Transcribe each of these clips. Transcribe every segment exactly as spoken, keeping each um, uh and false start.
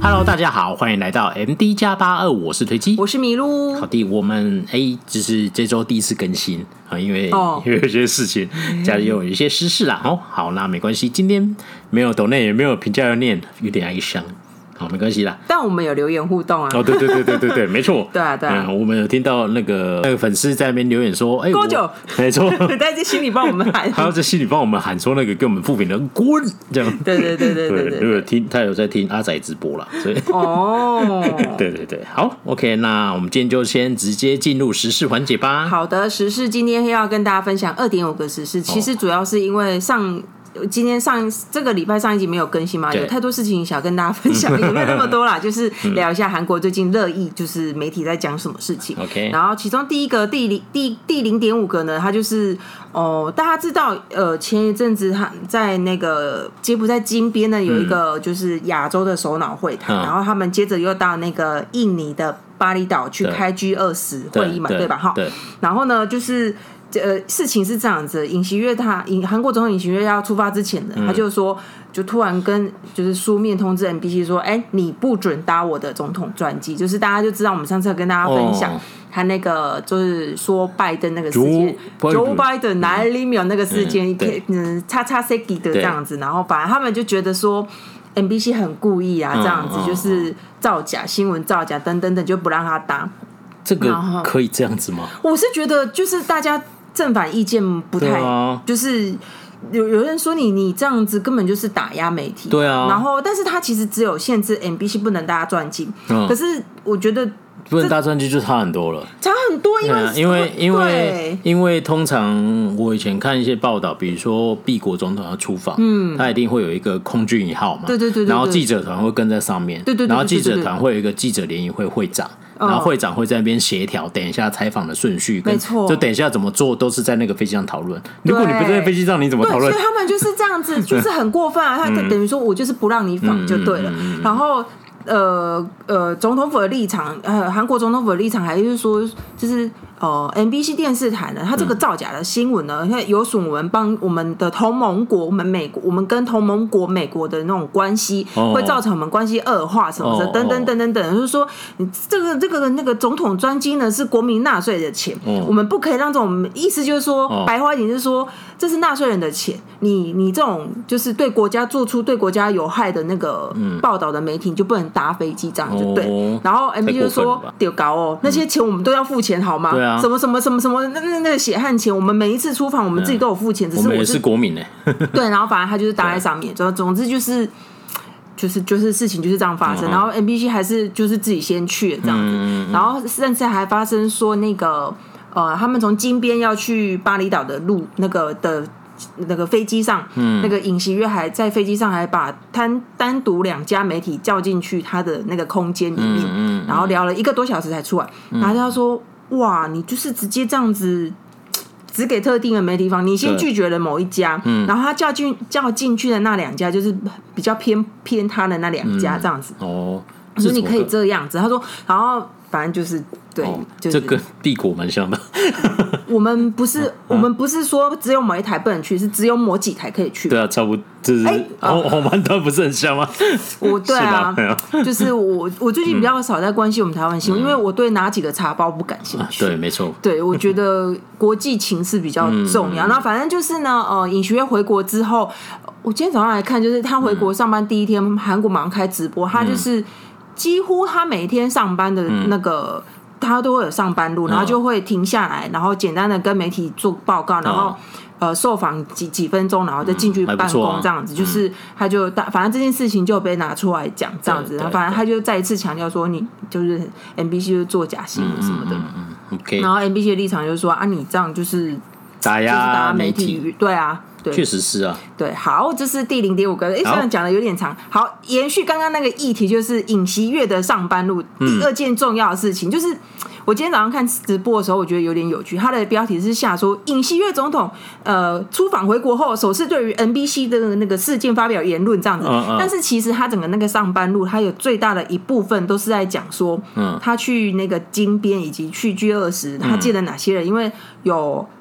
Hello， 大家好，欢迎来到 M D 加八二五，我是推机， 我是麋鹿。 好的，我们哎，这是这周第一次更新啊，因为、哦、因为有些事情，家里有一些私事啦。哦，好，那没关系，今天没有抖内，也没有评价要念，有点哀伤。好，没关系啦。 但我们有留言互动啊。 哦，对对对对对对，没错。 对啊对啊、 嗯，我们有听到那个那个粉丝在那边留言说，哎、欸， 多久？ 没错， 他在心里帮我们喊， 他在心里帮我们喊说那个给我们负评的滚这样。 对对对对对对， 对，听他有在听阿仔直播啦，所以哦， 对对对，好 ，OK， 那我们今天就先直接进入时事环节吧。 好的，时事今天要跟大家分享二点五个时事，其实主要是因为上。今天上这个礼拜上一集没有更新嘛，有太多事情想跟大家分享，也没有那么多啦，就是聊一下韩国最近热议，就是媒体在讲什么事情。 OK， 然后其中第一个第零第第零点五个呢，它就是哦、呃，大家知道呃，前一阵子他在那个柬埔寨金边呢有一个就是亚洲的首脑会谈、嗯，然后他们接着又到那个印尼的巴厘岛去开 G 二十 会议嘛， 对, 对吧？哈，然后呢就是。呃，事情是这样子，尹锡悦他韩国总统尹锡悦要出发之前呢、嗯，他就说，就突然跟就是书面通知 M B C 说，哎、欸，你不准搭我的总统专机，就是大家就知道我们上次跟大家分享、哦、他那个就是说拜登那个事件 ，Joe Biden 哪里没有那个事件，嗯，叉叉 Seki 的这样子，然后反正他们就觉得说 M B C 很故意啊，这样子、嗯、就是造假新闻造假等等等，就不让他搭。 这个可以这样子吗？ 我是觉得就是大家。正反意见不太，啊、就是有有人说你你这样子根本就是打压媒体， 对啊。 然后，但是他其实只有限制 M B C 不能搭专机、嗯，可是我觉得不能搭专机就差很多了， 差很多，因为、啊、 因为因为因为通常我以前看一些报道，比如说毕国总统要出访，嗯，他一定会有一个空军一号嘛， 对对 对, 对, 对， 然后记者团会跟在上面， 对对 对, 对, 对, 对, 对, 对， 然后记者团会有一个记者联谊会会长。然后会长会在那边协调，等一下采访的顺序， 没错， 就等一下怎么做都是在那个飞机上讨论。如果你不在飞机上，你怎么讨论？ 所以他们就是这样子，就是很过分啊！他等于说我就是不让你访就对了。嗯嗯嗯嗯、然后呃呃，总统府的立场，呃，韩国总统府的立场还是说，就是呃 ，M B C 电视台呢，它这个造假的新闻呢，因为有损我们帮我们的同盟国，我们美国，我们跟同盟国美国的那种关系，会造成我们关系恶化什么的，等等等等等，就是说，你这个这个那个总统专机呢是国民纳税的钱，我们不可以让这种意思就是说，白话一点就是说，这是纳税人的钱，你你这种就是对国家做出对国家有害的那个报道的媒体，你就不能搭飞机，这样就对。然后 M B C 就说丢搞哦，那些钱我们都要付钱好吗？ 对啊。 什么什么什么什么那那那个血汗钱，我们每一次出访，我们自己都有付钱，只是我们也是国民呢。 对，然后反正他就是搭在上面，总总之就是就是就是事情就是这样发生，嗯、然后 M B C 还是就是自己先去这样子，嗯、然后甚至还发生说那个呃，他们从金边要去巴厘岛的路那个的。那个飞机上，嗯、那个尹锡悦还在飞机上还把单单独两家媒体叫进去他的那个空间里面，嗯嗯、然后聊了一个多小时才出来。嗯、然后他说：“哇，你就是直接这样子，只给特定的媒体方，你先拒绝了某一家，嗯、然后他叫进叫进去的那两家就是比较偏偏他的那两家这样子。嗯”哦，他说你可以这样子，他说，然后反正就是。对、哦就是， 这跟帝国蛮像的。 我们不是，我们不是说只有某一台不能去，是只有某几台可以去。 对啊，差不多，就是红红蓝灯不是很像吗？ 我对啊，就是我我最近比较少在关心我们台湾新闻、嗯，因为我对哪几个茶包不感兴趣。 啊、对，没错。 对，我觉得国际情势比较重要。那、嗯、反正就是呢，呃，尹锡悦回国之后，我今天早上来看，就是他回国上班第一天，韩国马上开直播，他就是几乎他每天上班的那个。嗯他都会有上班路，然后就会停下来，然后简单的跟媒体做报告，然后、哦、呃受访几几分钟，然后再进去办公这样子。嗯啊、就是他就反正这件事情就被拿出来讲这样子，然后反正他就再一次强调说，你就是 M B C 就是做假新闻什么的。嗯嗯嗯 okay、然后 M B C 的立场就是说啊，你这样就是打压媒体， 对啊。 确实是啊， 对，好，这是第零点五个，哎，虽然讲的有点长，好，延续刚刚那个议题，就是尹锡悦的上班路、嗯。第二件重要的事情就是，我今天早上看直播的时候，我觉得有点有趣。他的标题是下说，尹锡悦总统呃出访回国后，首次对于 N B C 的那个事件发表言论这样子、嗯嗯。但是其实他整个那个上班路，他有最大的一部分都是在讲说，嗯，他去那个金边以及去 G 二十，他见了哪些人，因为有。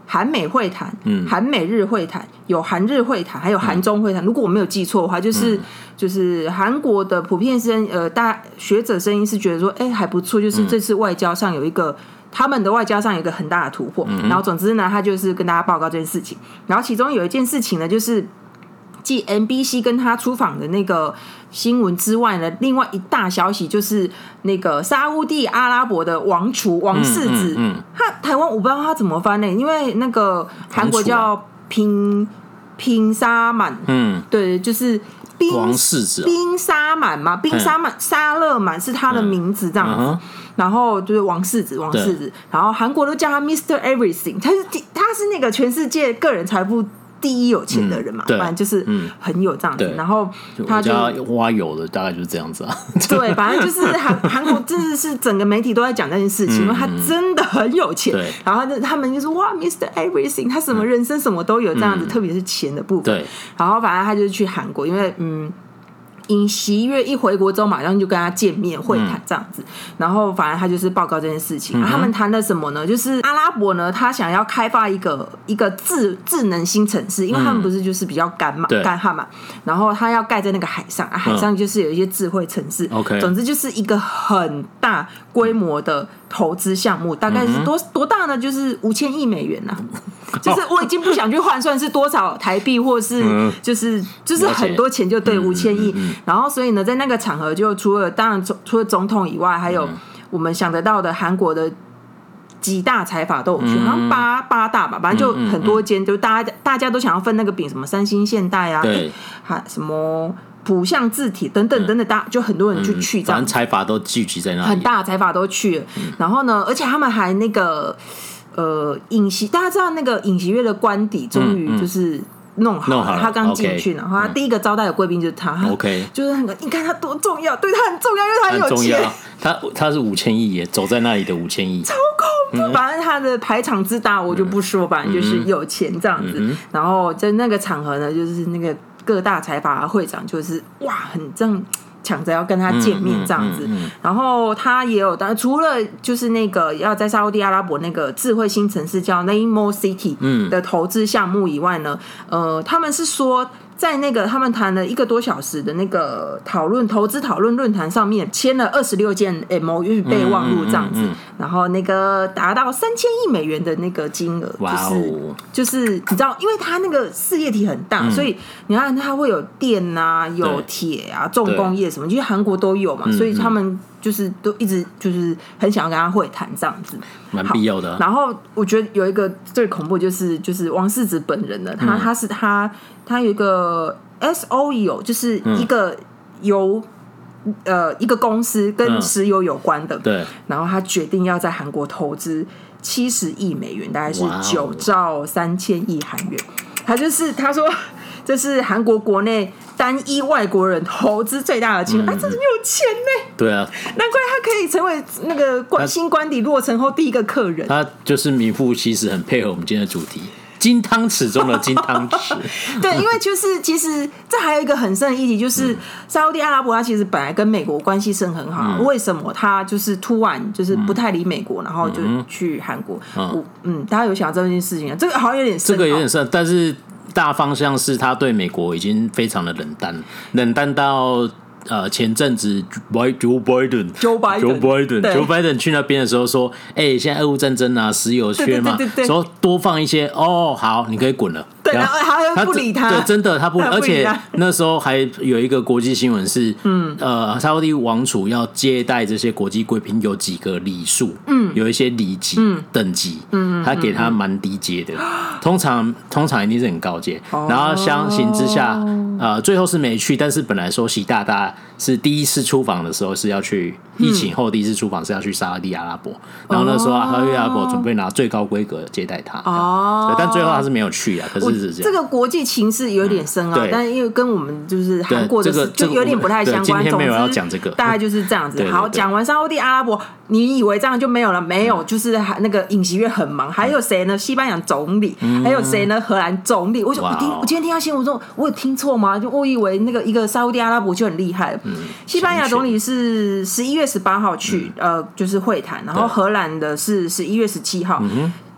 韩美会谈、嗯、韩美日会谈，有韩日会谈，还有韩中会谈、嗯、如果我没有记错的话，就是、嗯、就是韩国的普遍声呃大学者声音是觉得说哎还不错，就是这次外交上有一个、嗯、他们的外交上有一个很大的突破、嗯、然后总之呢他就是跟大家报告这件事情，然后其中有一件事情呢就是继 N B C 跟他出访的那个新闻之外呢，另外一大消息就是那个沙烏地阿拉伯的王储王世子，嗯嗯嗯、他台湾我不知道他怎么翻呢，因为那个韩国叫平平沙满，嗯，对，就是冰王世子、哦、 冰沙满嘛，冰沙满沙勒满是他的名字这样子。嗯然后就是王世子，王世子，然后韩国都叫他 Mister Everything， 他是他是那个全世界个人财富第一有钱的人嘛， 嗯、 反正就是很有这样子。然后他就挖油的，大概就是这样子啊。 对，反正就是韩韩国真的是整个媒体都在讲这件事情，嗯、因为他真的很有钱。然后他们就说哇 ，Mister Everything， 他什么人生什么都有这样子，嗯、特别是钱的部分。对。然后反正他就是去韩国，因为嗯。尹锡悦一回国之后，马上就跟他见面会谈这样子，嗯、然后反正他就是报告这件事情。嗯啊、他们谈了什么呢？就是阿拉伯呢，他想要开发一个一个智智能新城市，因为他们不是就是比较干嘛、嗯、干旱嘛，然后他要盖在那个海上，啊、海上就是有一些智慧城市。嗯、总之就是一个很大规模的投资项目，大概是多、嗯、多大呢？就是五千亿美元呐、啊。就是我已经不想去换算是多少台币，或是就是就是很多钱，就对五千亿。然后所以呢，在那个场合，就除了当然除了总统以外，还有我们想得到的韩国的几大财阀都有去，好像八八大吧，反正就很多间，就大家大家都想要分那个饼，什么三星、现代啊，对，还什么浦项制铁等等等等，大就很多人去去，这样， 反正财阀都聚集在那里， 很大财阀都去了。然后呢，而且他们还那个。呃，尹锡大家知道那个尹锡悦的官邸终于就是弄好了，嗯嗯、他刚进去， okay, 然后他第一个招待的贵宾就是他 ，OK， 就是那个你看他多重要，对他很重要，因为他很有钱， 他他是五千亿耶，走在那里的五千亿， 超恐怖。嗯、反正他的排场之大，我就不说，反正就是有钱这样子。嗯、然后在那个场合呢，就是那个各大财阀会长就是哇，很这样。抢着要跟他见面这样子，嗯嗯嗯嗯、然后他也有，但除了就是那个要在沙烏地阿拉伯那个智慧新城市叫 Namo City 的投资项目以外呢，嗯、呃，他们是说。在那个他们谈了一个多小时的那个讨论投资讨论论坛上面，签了二十六件 M O U 备忘录这样子，嗯嗯嗯、然后那个达到三千亿美元的那个金额，就是、哦、就是你知道，因为它那个事业体很大，嗯、所以你看它会有电啊、有铁啊、重工业什么，因为韩国都有嘛，所以他们。就是都一直就是很想要跟他会谈这样子， 蛮必要的、啊。 然后我觉得有一个最恐怖就是就是王世子本人的，他、嗯、他是他他有一个 S O E O， 就是一个由、嗯、呃一个公司跟石油有关的，嗯、对。然后他决定要在韩国投资七十亿美元，大概是九兆三千亿韩元。他就是他说这是韩国国内。单一外国人投资最大的金额，他、嗯啊、真的有钱呢。对啊，难怪他可以成为那个新官邸落成后第一个客人。 他就是名副其实，很配合我们今天的主题——金汤匙中的金汤匙。 对，因为就是其实这还有一个很深的议题，就是沙烏地阿拉伯，它其实本来跟美国关系是很好，嗯、为什么他就是突然就是不太理美国，嗯、然后就去韩国？嗯, 嗯，大家有想到这件事情啊？这个好像有点深， 这个有点深，但是。大方向是他对美国已经非常的冷淡，冷淡到呃前阵子 Joe Biden，Joe Biden，Joe Biden，Joe Biden 去那边的时候说，哎、欸，现在俄乌战争啊，石油缺嘛，对对对对对，说多放一些，哦，好，你可以滚了。 对，然后他不理他， 对，真的他不理，而且那时候还有一个国际新闻是，嗯，呃，沙烏地王储要接待这些国际贵宾，有几个礼数，嗯，有一些礼级、嗯、等级，嗯，他给他蛮低阶的，嗯、通常通常一定是很高阶，哦、然后相形之下，呃，最后是没去，但是本来说习大大是第一次出访的时候是要去，疫情后第一次出访是要去沙烏地阿拉伯，然後那時候沙烏地阿拉伯準備拿最高規格接待他，哦，但最後他是沒有去啊，可是是這樣， 這個國際情勢有點深奧，嗯、但因為跟我們就是韓國的事、這個、就有點不太相關。 今天沒有要講這個， 大概就是這樣子。好，講完沙烏地阿拉伯，你以為這樣就沒有了？沒有，就是那個尹錫悅很忙，還有誰呢？西班牙總理，還有誰呢？荷蘭總理。我我聽我今天聽到新聞說，我有聽錯嗎？就我以為那個一個沙烏地阿拉伯就很厲害。嗯，西班牙總理是十一月十八號去、嗯，呃，就是會談，然後荷蘭的是十一月十七號。嗯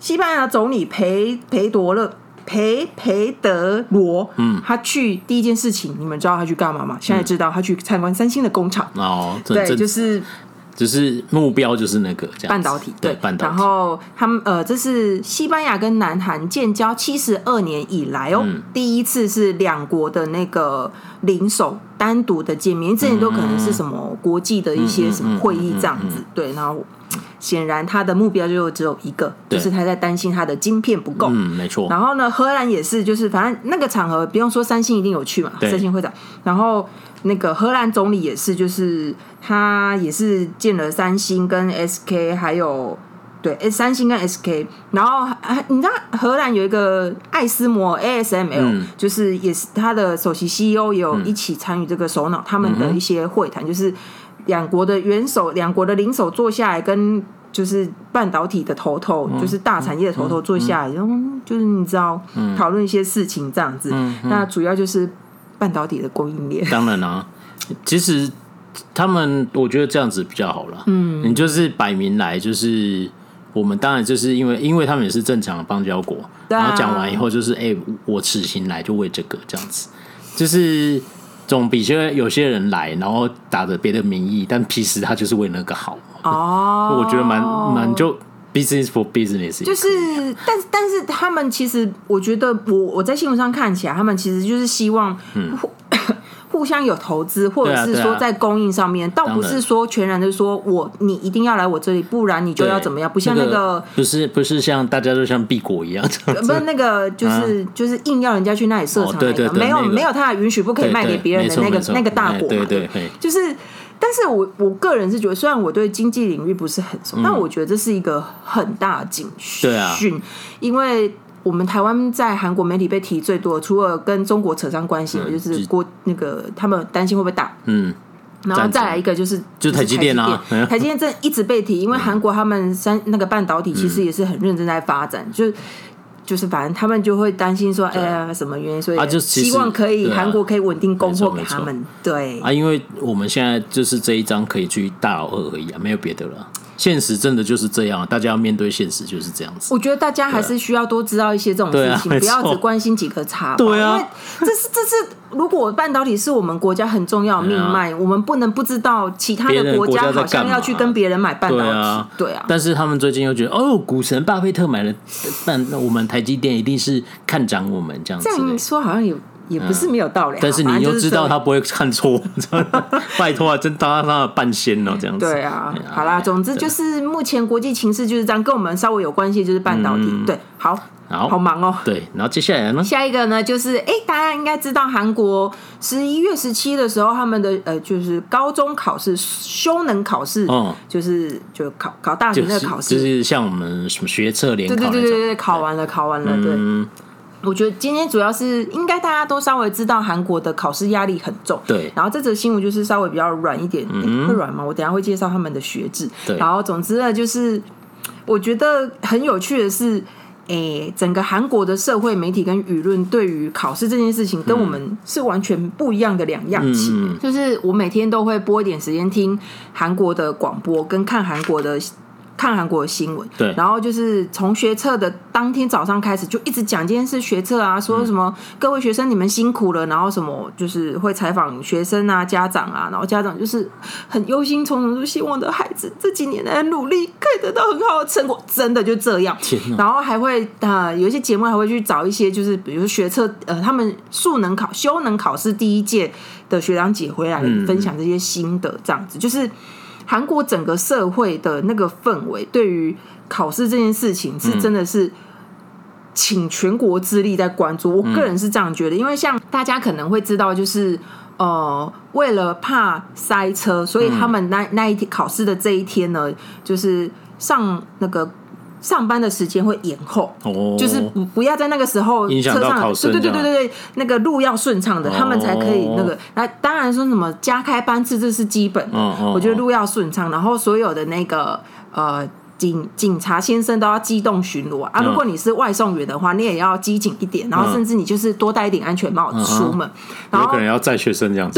西班牙总理裴裴多勒。裴裴德罗，嗯，他去第一件事情，你们知道他去干嘛吗？现在知道他去参观三星的工厂。 哦， 对，就是就是目标就是那个这样半导体，对， 半导体。 然后他们呃，这是西班牙跟南韩建交七十二年以来哦，嗯、第一次是两国的那个领首单独的见面，之前都可能是什么国际的一些什么会议这样子，对，然后。显然他的目标就只有一个，就是他在担心他的晶片不够。 嗯，没错。 然后呢，荷兰也是，就是反正那个场合不用说，三星一定有去嘛，三星会长。然后那个荷兰总理也是，就是他也是见了三星跟 S K， 还有对三星跟 S K。然后你知道荷兰有一个艾斯摩 A S M L，、嗯、就是也是他的首席 C E O 也有一起参与这个首脑、嗯、他们的一些会谈，就是两国的元首、两国的领首坐下来跟。就是半导体的头头，嗯、就是大产业的头头坐下来，然后、嗯、就是你知道讨论、嗯、一些事情这样子。嗯嗯、那主要就是半导体的供应链。 当然啊，其实他们我觉得这样子比较好了。嗯，你就是摆明来就是我们当然就是因为因为他们也是正常的邦交国，啊、然后讲完以后就是哎、欸，我此行来就为这个这样子，就是总比有些人来然后打着别的名义，但其实他就是为那个好。哦，我觉得蛮蛮就 business for business， 就是，但但是他们其实，我觉得我我在新闻上看起来，他们其实就是希望，嗯，互相有投资，或者是说在供应上面，倒不是说全然的说我你一定要来我这里，不然你就要怎么样，不像那个不是不是像大家都像敝国一样， 不是那个就是就是硬要人家去那里设厂，没有没有他的允许不可以卖给别人的那个那个大国， 对对， 就是。但是我我个人是觉得，虽然我对经济领域不是很熟，嗯、但我觉得这是一个很大的警讯。对啊，因为我们台湾在韩国媒体被提最多，除了跟中国扯上关系，嗯、就是国那个他们担心会不会打，嗯，然后再来一个就是就是台积电啊， 台积电真的一直被提，因为韩国他们三那个半导体其实也是很认真在发展，嗯、就。就是反正他们就会担心说，哎呀，什么原因，所以希望可以韩国可以稳定供货给他们。对啊，因为我们现在就是这一张可以去大老二而已啊，没有别的了。现实真的就是这样，大家要面对现实就是这样子。 我觉得大家还是需要多知道一些这种事情，啊、不要只关心几颗茶。 对啊， 因为这是这是如果半导体是我们国家很重要的命脉，啊、我们不能不知道其他的国家好像要去跟别人买半导体。对啊，对啊。 但是他们最近又觉得，哦，股神巴菲特买了，但我们台积电一定是看涨我们这样子。 这样说好像有。也不是没有道理，嗯、 但是你又知道他不会看错，拜托啊，真当他的半仙哦，这样子。 对啊，好啦，总之就是目前国际情势就是这样，跟我们稍微有关系就是半导体。嗯、对，好， 好， 好忙哦。 对，然后接下来呢？ 下一个呢，就是哎，大家应该知道，韩国十一月十七的时候，他们的呃，就是高中考试修能考试，嗯，就是就考考大学那个考试， 就是、就是像我们什么学测联考那种， 对对对对对，考完了，考完了，对。嗯我觉得今天主要是应该大家都稍微知道韩国的考试压力很重，对。然后这则新闻就是稍微比较软一点，嗯、会软吗？我等一下会介绍他们的学制。对。然后总之呢，就是我觉得很有趣的是，诶，整个韩国的社会媒体跟舆论对于考试这件事情跟我们是完全不一样的两样情。嗯、就是我每天都会拨一点时间听韩国的广播，跟看韩国的。看韩国的新闻，对，然后就是从学测的当天早上开始，就一直讲今天是学测啊，说什么、嗯、各位学生你们辛苦了，然后什么就是会采访学生啊、家长啊，然后家长就是很忧心忡忡，就希望的孩子这几年来努力可以得到很好的成果，真的就这样。然后还会呃有一些节目还会去找一些就是比如说学测呃他们数能考修能考试第一届的学长姐回来分享这些心得，这样子、嗯、就是。韩国整个社会的那个氛围，对于考试这件事情是真的是请全国之力在关注。我个人是这样觉得，因为像大家可能会知道，就是呃，为了怕塞车，所以他们那那一天考试的这一天呢，就是上那个。上班的时间会延后，哦、就是不不要在那个时候车上，对对对对对对，那个路要顺畅的，哦、他们才可以那个。那当然说什么加开班次这是基本的，哦哦、我觉得路要顺畅，然后所有的那个呃警警察先生都要机动巡逻啊。如果你是外送员的话，你也要机警一点，然后甚至你就是多戴一顶安全帽子出门， 嗯、然后有可能要载学生这样子。 对。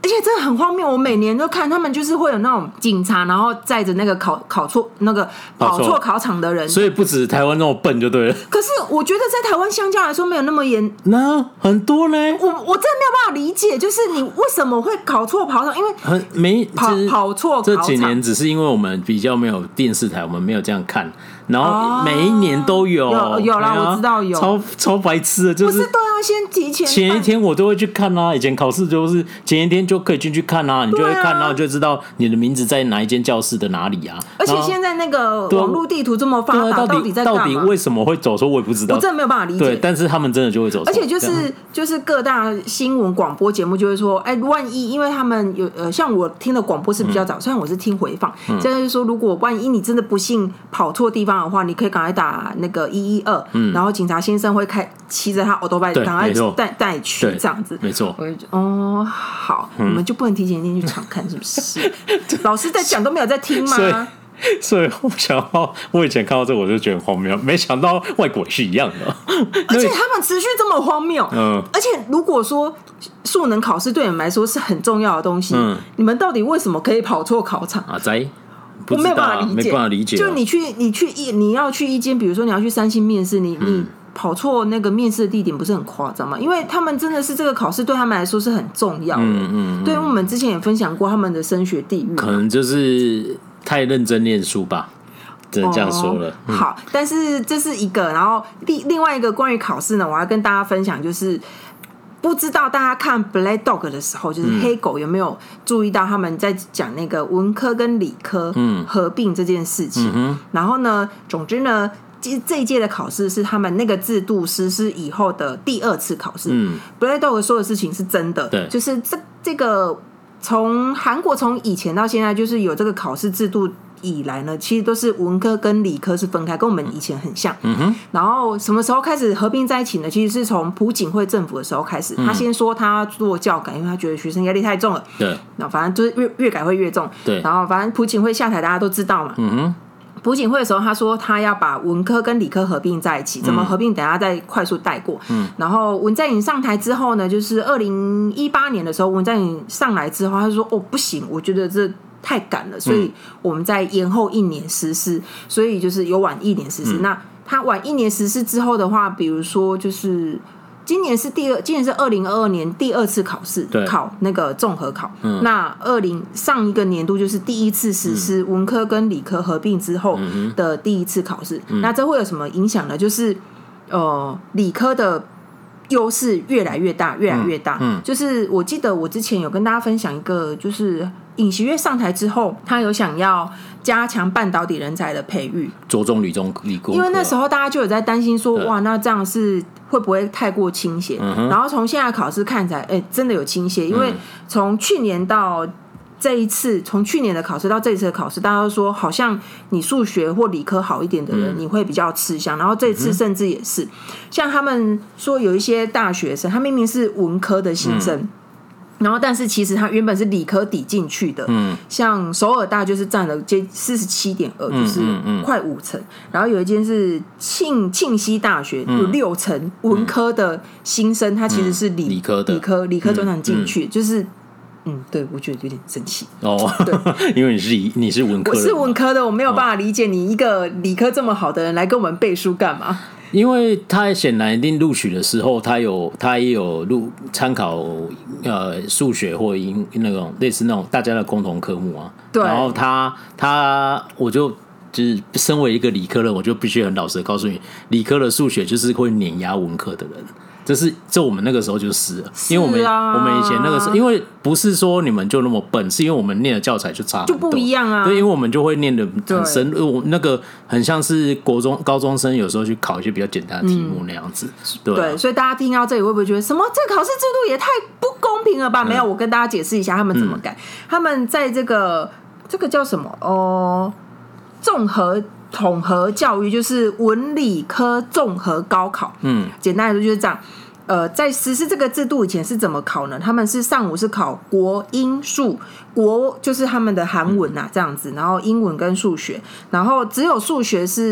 而且真的很荒谬，我每年都看他们就是会有那种警察，然后载着那个考考错那个跑错考场的人， 所以不止台湾那么笨就对了。 可是我觉得在台湾相较来说没有那么严， 那很多呢。 我我真的没有办法理解，就是你为什么会考错跑场？因为很没跑跑错考场， 这几年只是因为我们比较没有电视台，我们没有这样看。然后每一年都有， 哦、有有啦、啊，我知道有， 超超白痴的，就是不是都要先提前前一天我都会去看啊。以前考试就是前一天就可以进去看啊，你就会看，然后就知道你的名字在哪一间教室的哪里啊。 而且现在那个网络地图这么发达， 到底到底在干嘛？ 到底为什么会走错，我也不知道， 我真的没有办法理解。 对，但是他们真的就会走错， 而且就是就是各大新闻广播节目就会说，哎，万一因为他们有呃，像我听的广播是比较早，嗯、虽然我是听回放，嗯、现在就说如果万一你真的不幸跑错地方的话，你可以赶快打那个一一二，然后警察先生会开骑着他欧多拜赶快带带你去这样子， 没错。 我就哦好，嗯、你们就不能提前进去场看是不是？老师在讲都没有在听吗？ 所以我想到，我以前看到这个我就觉得很荒谬，没想到外国也是一样的， 而且他们持续这么荒谬。嗯，而且如果说数能考试对你们来说是很重要的东西，嗯、你们到底为什么可以跑错考场啊？在我没有办法理解， 没办法理解。 就你去，你去一，你要去一间，比如说你要去三星面试，你、嗯、你跑错那个面试的地点，不是很夸张吗？因为他们真的是这个考试对他们来说是很重要的。嗯嗯，对，我们之前也分享过他们的升学地狱， 可能就是太认真念书吧。只能这样说了。哦嗯、好，但是这是一个，然后另另外一个关于考试呢，我要跟大家分享就是。不知道大家看 Black Dog 的时候，就是黑狗有没有注意到他们在讲那个文科跟理科合并这件事情？嗯、然后呢，总之呢，这一届的考试是他们那个制度实施以后的第二次考试。嗯、Black Dog 说的事情是真的，对，就是这这个从韩国从以前到现在，就是有这个考试制度。以来呢，其实都是文科跟理科是分开，跟我们以前很像。嗯哼。然后什么时候开始合并在一起呢？其实是从朴槿惠政府的时候开始。嗯、他先说他做教改，因为他觉得学生压力太重了。对。然后反正就是越越改会越重。对。然后反正朴槿惠下台，大家都知道嘛。嗯哼。朴槿惠的时候，他说他要把文科跟理科合并在一起，怎么合并？等一下再快速带过。嗯。然后文在寅上台之后呢，就是二零一八年的时候，文在寅上来之后，他就说：“哦，不行，我觉得这。”太赶了，所以我们再延后一年实施，所以就是有晚一年实施。嗯、那它晚一年实施之后的话，比如说就是今年是第二，今年是二零二二年第二次考试，考那个综合考。嗯、那二零上一个年度就是第一次实施文科跟理科合并之后的第一次考试。嗯、那这会有什么影响呢？就是呃，理科的。优势越来越大，越来越大。嗯，就是我记得我之前有跟大家分享一个，就是尹锡悦上台之后，他有想要加强半导体人才的培育， 着重理中理工。 因为那时候大家就有在担心说，哇，那这样是会不会太过倾斜？嗯、然后从现在考试看起来，哎、欸，真的有倾斜，因为从去年到。这一次从去年的考试到这一次的考试，大家都说好像你数学或理科好一点的人，嗯、你会比较吃香。然后这次甚至也是，嗯、像他们说有一些大学生，他明明是文科的新生，嗯、然后但是其实他原本是理科抵进去的。嗯，像首尔大就是占了接四十七点二，就是快五成。然后有一间是庆庆熙大学，有六成文科的新生，他其实是理、 嗯、理科的理科理科专场进去，嗯、就是。嗯，对，我觉得有点生气哦。对，因为你是你是文科的， 我是文科的，我没有办法理解你一个理科这么好的人来跟我们背书干嘛？ 因为他显然一定录取的时候，他有他也有录参考呃数学或英那种类似那种大家的共同科目啊。对，然后他他我就。就是身为一个理科人，我就必须很老实的告诉你，理科的数学就是会碾压文科的人。这是这我们那个时候就是了，因为我们、啊、我们以前那个时候，因为不是说你们就那么笨，是因为我们念的教材就差很多， 就不一样啊。 对，因为我们就会念的很深，我那个很像是国中高中生有时候去考一些比较简单的题目那样子。嗯、对, 对，所以大家听到这里会不会觉得什么这个考试制度也太不公平了吧？嗯、没有，我跟大家解释一下他们怎么改。嗯、他们在这个这个叫什么哦？综合统合教育就是文理科综合高考，嗯，简单来说就是这样。呃，在实施这个制度以前是怎么考呢？他们是上午是考国英数，国就是他们的韩文啊这样子，然后英文跟数学，然后只有数学是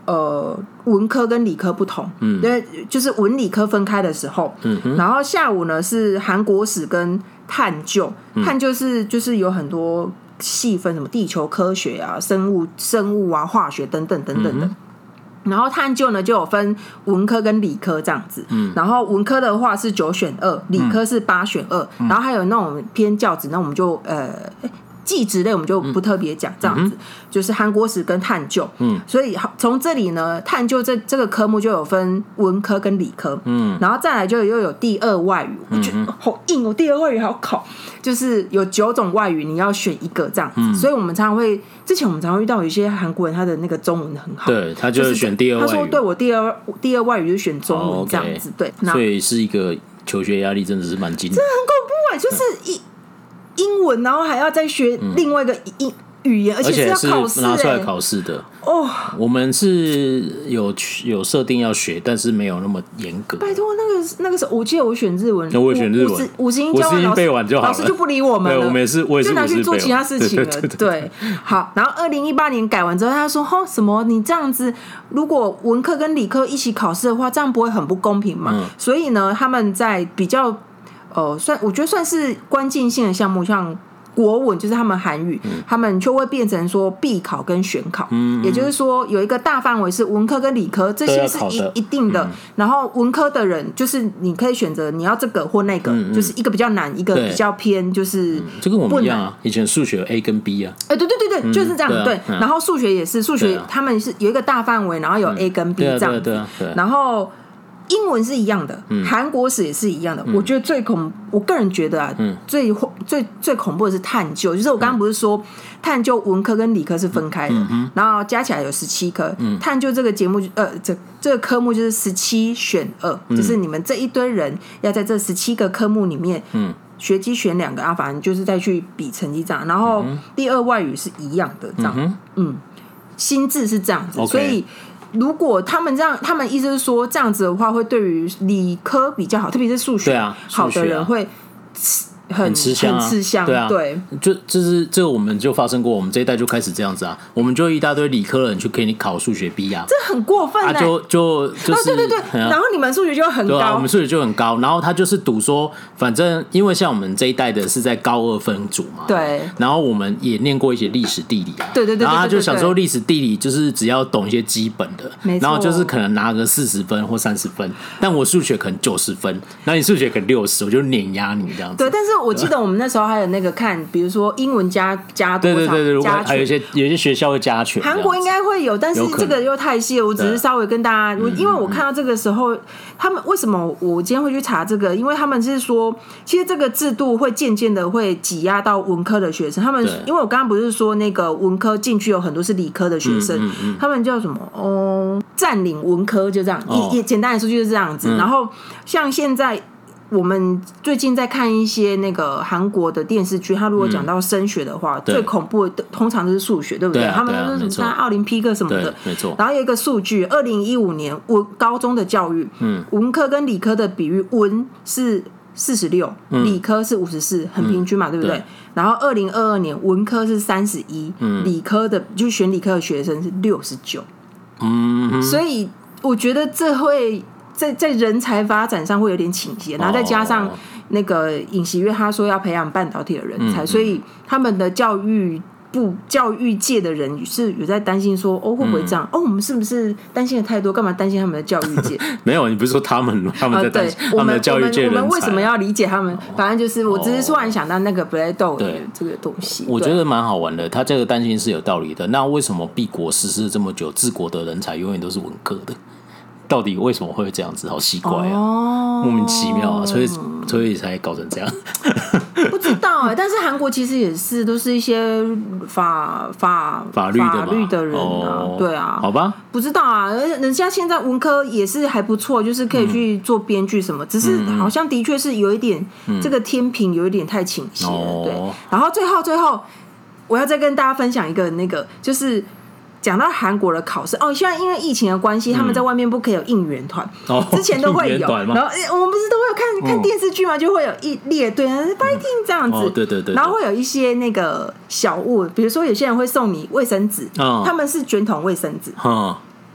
呃文科跟理科不同，嗯，对，就是文理科分开的时候，嗯，然后下午呢是韩国史跟探究，嗯、探究是就是有很多细分，什么地球科学啊、生物、生物啊、化学等等等等的。嗯，然后探究呢就有分文科跟理科这样子，嗯，然后文科的话是九选二，理科是八选二，嗯，然后还有那种偏教职，那我们就呃技职类我们就不特别讲，这样子，嗯，就是韩国史跟探究，嗯，所以从这里呢，探究这这个科目就有分文科跟理科，嗯，然后再来就又有第二外语，我觉得好硬哦，第二外语还要考，就是有九种外语你要选一个这样子，嗯，所以我们常常会，之前我们常常会遇到有一些韩国人他的那个中文很好， 对，他就是选第二外语， 他说对我第二第二外语就选中文这样子，哦 okay，对， 所以是一个求学压力真的是蛮惊人， 这很恐怖哎，就是一。英文，然后还要再学另外一个英语言， 而且是要考试， 拿出来考试的。哦，我们是有有设定要学，但是没有那么严格。 拜托，那个那个时候，我记得我选日文， 我也选日文， 五十音教完， 背完就好了， 老师就不理我们了。 对，我们也是，我也是就拿去做其他事情了。对， 对， 对， 对， 对，好。然后二零一八年改完之后，他说：“吼，什么？你这样子，如果文科跟理科一起考试的话，这样不会很不公平吗？”嗯，所以呢，他们在比较呃，算我觉得算是关键性的项目，像。国文就是他们韩语，嗯，他们就会变成说必考跟选考，嗯，也就是说有一个大范围是文科跟理科，这些是一一定的，嗯。然后文科的人就是你可以选择你要这个或那个，嗯，就是一个比较难，一个比较偏，就是嗯，就跟我们一样啊。以前数学有 A 跟 B 啊， 哎，欸，对对对对，嗯，就是这样，对，啊，对。然后数学也是，数学他们是有一个大范围，然后有 A 跟 B 这样子， 对啊，对啊， 然后。英文是一样的，韩、嗯、国史也是一样的。嗯、我觉得最恐，我个人觉得啊，嗯、最最最恐怖的是探究，就是我刚刚不是说、嗯、探究文科跟理科是分开的，嗯、然后加起来有十七科。嗯、探究这个节目，呃，这这个科目就是十七选二、嗯，就是你们这一堆人要在这十七个科目里面，嗯。学期选两个啊，反正就是再去比成绩这样。然后第二外语是一样的，这样，嗯，嗯心智是这样子， okay. 所以。如果他们这样，他们意思是说这样子的话，会对于理科比较好，特别是数学好的人会很很吃香、啊， 很吃香， 对啊， 对， 就就是这个我们就发生过，我们这一代就开始这样子啊，我们就一大堆理科人去给你考数学 B 啊， 这很过分、欸， 啊，就就就是、啊， 对对对，啊、然后你们数学就很高， 对啊，我们数学就很高，然后他就是赌说，反正因为像我们这一代的是在高二分组嘛， 对， 然后我们也念过一些历史地理啊， 对对 对, 对, 对, 对, 对， 然后他就想说历史地理就是只要懂一些基本的，然后就是可能拿个四十分或三十分，但我数学可能九十分，那你数学可能六十，我就碾压你这样子， 对，但是我记得我们那时候。还有那个看，比如说英文加加多少，对对对对， 还有一些有一些学校会加权， 韩国应该会有，但是这个又太细了，我只是稍微跟大家，因为我看到这个时候，他们为什么我今天会去查这个？因为他们是说，其实这个制度会渐渐的会挤压到文科的学生。他们因为我刚刚不是说那个文科进去有很多是理科的学生，嗯嗯嗯、他们叫什么？哦，占领文科就这样，也、哦、也简单来说就是这样子。嗯、然后像现在。我们最近在看一些那个韩国的电视剧，他如果讲到升学的话，嗯、最恐怖的通常都是数学，对不对？对啊、他们都是什么参奥林匹克什么的， 没错。 然后有一个数据，二零一五年文高中的教育，嗯，文科跟理科的比率，文是四十六，理科是五十四，很平均嘛，嗯、对不对？对，然后二零二二年文科是三十一，理科的就选理科的学生是六十九，嗯，所以我觉得这会。在在人才发展上会有点倾斜，然后再加上那个尹锡悦他说要培养半导体的人才，嗯嗯、所以他们的教育部教育界的人是有在担心说，哦会不会这样？嗯、哦，我们是不是担心的太多？干嘛担心他们的教育界？ 没有，你不是说他们他们在担心、呃、他们的教育界人才？ 我们为什么要理解他们？反正就是我只是突然想到那个 Black Dog 的这个东西， 我觉得蛮好玩的。他这个担心是有道理的。那为什么敝国实施这么久，治国的人才永远都是文科的？到底为什么会这样子？好奇怪啊，哦、莫名其妙啊，所以所以才搞成这样。 不知道哎、欸，但是韩国其实也是都是一些法法法律的法律的人啊，哦、对啊， 好吧， 不知道啊，人家现在文科也是还不错，就是可以去做编剧什么，嗯、只是好像的确是有一点、嗯、这个天平有一点太倾斜了，哦、对。然后最后最后，我要再跟大家分享一个那个就是。讲到韩国的考试哦，现在因为疫情的关系，嗯、他们在外面不可以有应援团，哦、之前都会有。然后我们不是都会有看、嗯、看电视剧嘛，就会有一列队 fighting 这样子、 哦，对对 对, 對。 然后会有一些那个小物，比如说有些人会送你卫生纸，哦、他们是卷筒卫生纸。哦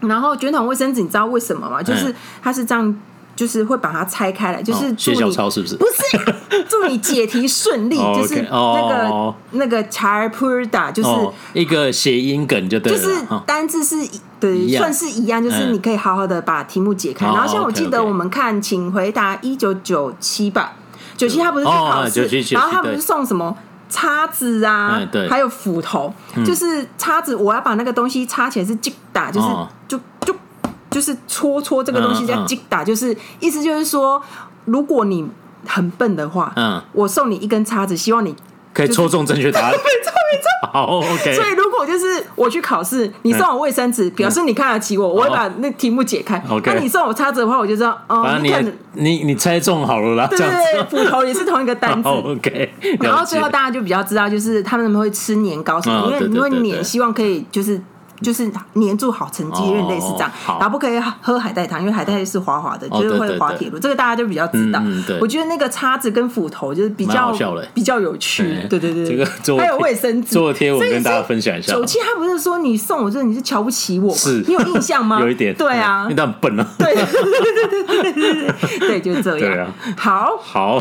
然后卷筒卫生纸你知道为什么吗？就是它是这样。就是会把它拆开来，就是谢小超是不是？ 不是，祝你解题顺利，就是那个、oh, okay. 那个 charpurda， 就是、oh, 一个谐音梗就对了， 就是单字是对，算是一样，就是你可以好好的把题目解开。嗯、然后像我记得我们看，请回答一九九七吧，九七他不是去考试， oh, 然后他不是送什么？叉子啊、嗯，还有斧头、嗯，就是叉子，我要把那个东西插起来是击打，就是、oh. 就就。就是戳戳这个东西叫击打、嗯嗯，就是意思就是说，如果你很笨的话，嗯，我送你一根叉子，希望你、就是、 可以戳中正确答案。 没错没错， 好 OK。 所以如果就是我去考试，你送我卫生纸、嗯，表示你看得起我，我会把那题目解开。OK。那你送我叉子的话，我就知道，哦、嗯， 你你你你猜中好了啦。 对对对，斧头也是同一个单词。 OK。 然后最后大家就比较知道，就是他们会吃年糕什么，哦、因为你会黏，希望可以就是。就是黏住好成绩，有点类似这样、哦。然后不可以喝海带汤，因为海带是滑滑的，哦、就是会滑铁路。这个大家就比较知道、嗯嗯。我觉得那个叉子跟斧头就是比较比较有趣。嗯、对对对， 这个做还有卫生纸做贴，我跟大家分享一下。 九七他不是说你送我这你是瞧不起我， 是你有印象吗？ 有一点， 对啊， 因为他很笨啊。 对对对对对对对对，就是这样。 对啊， 好好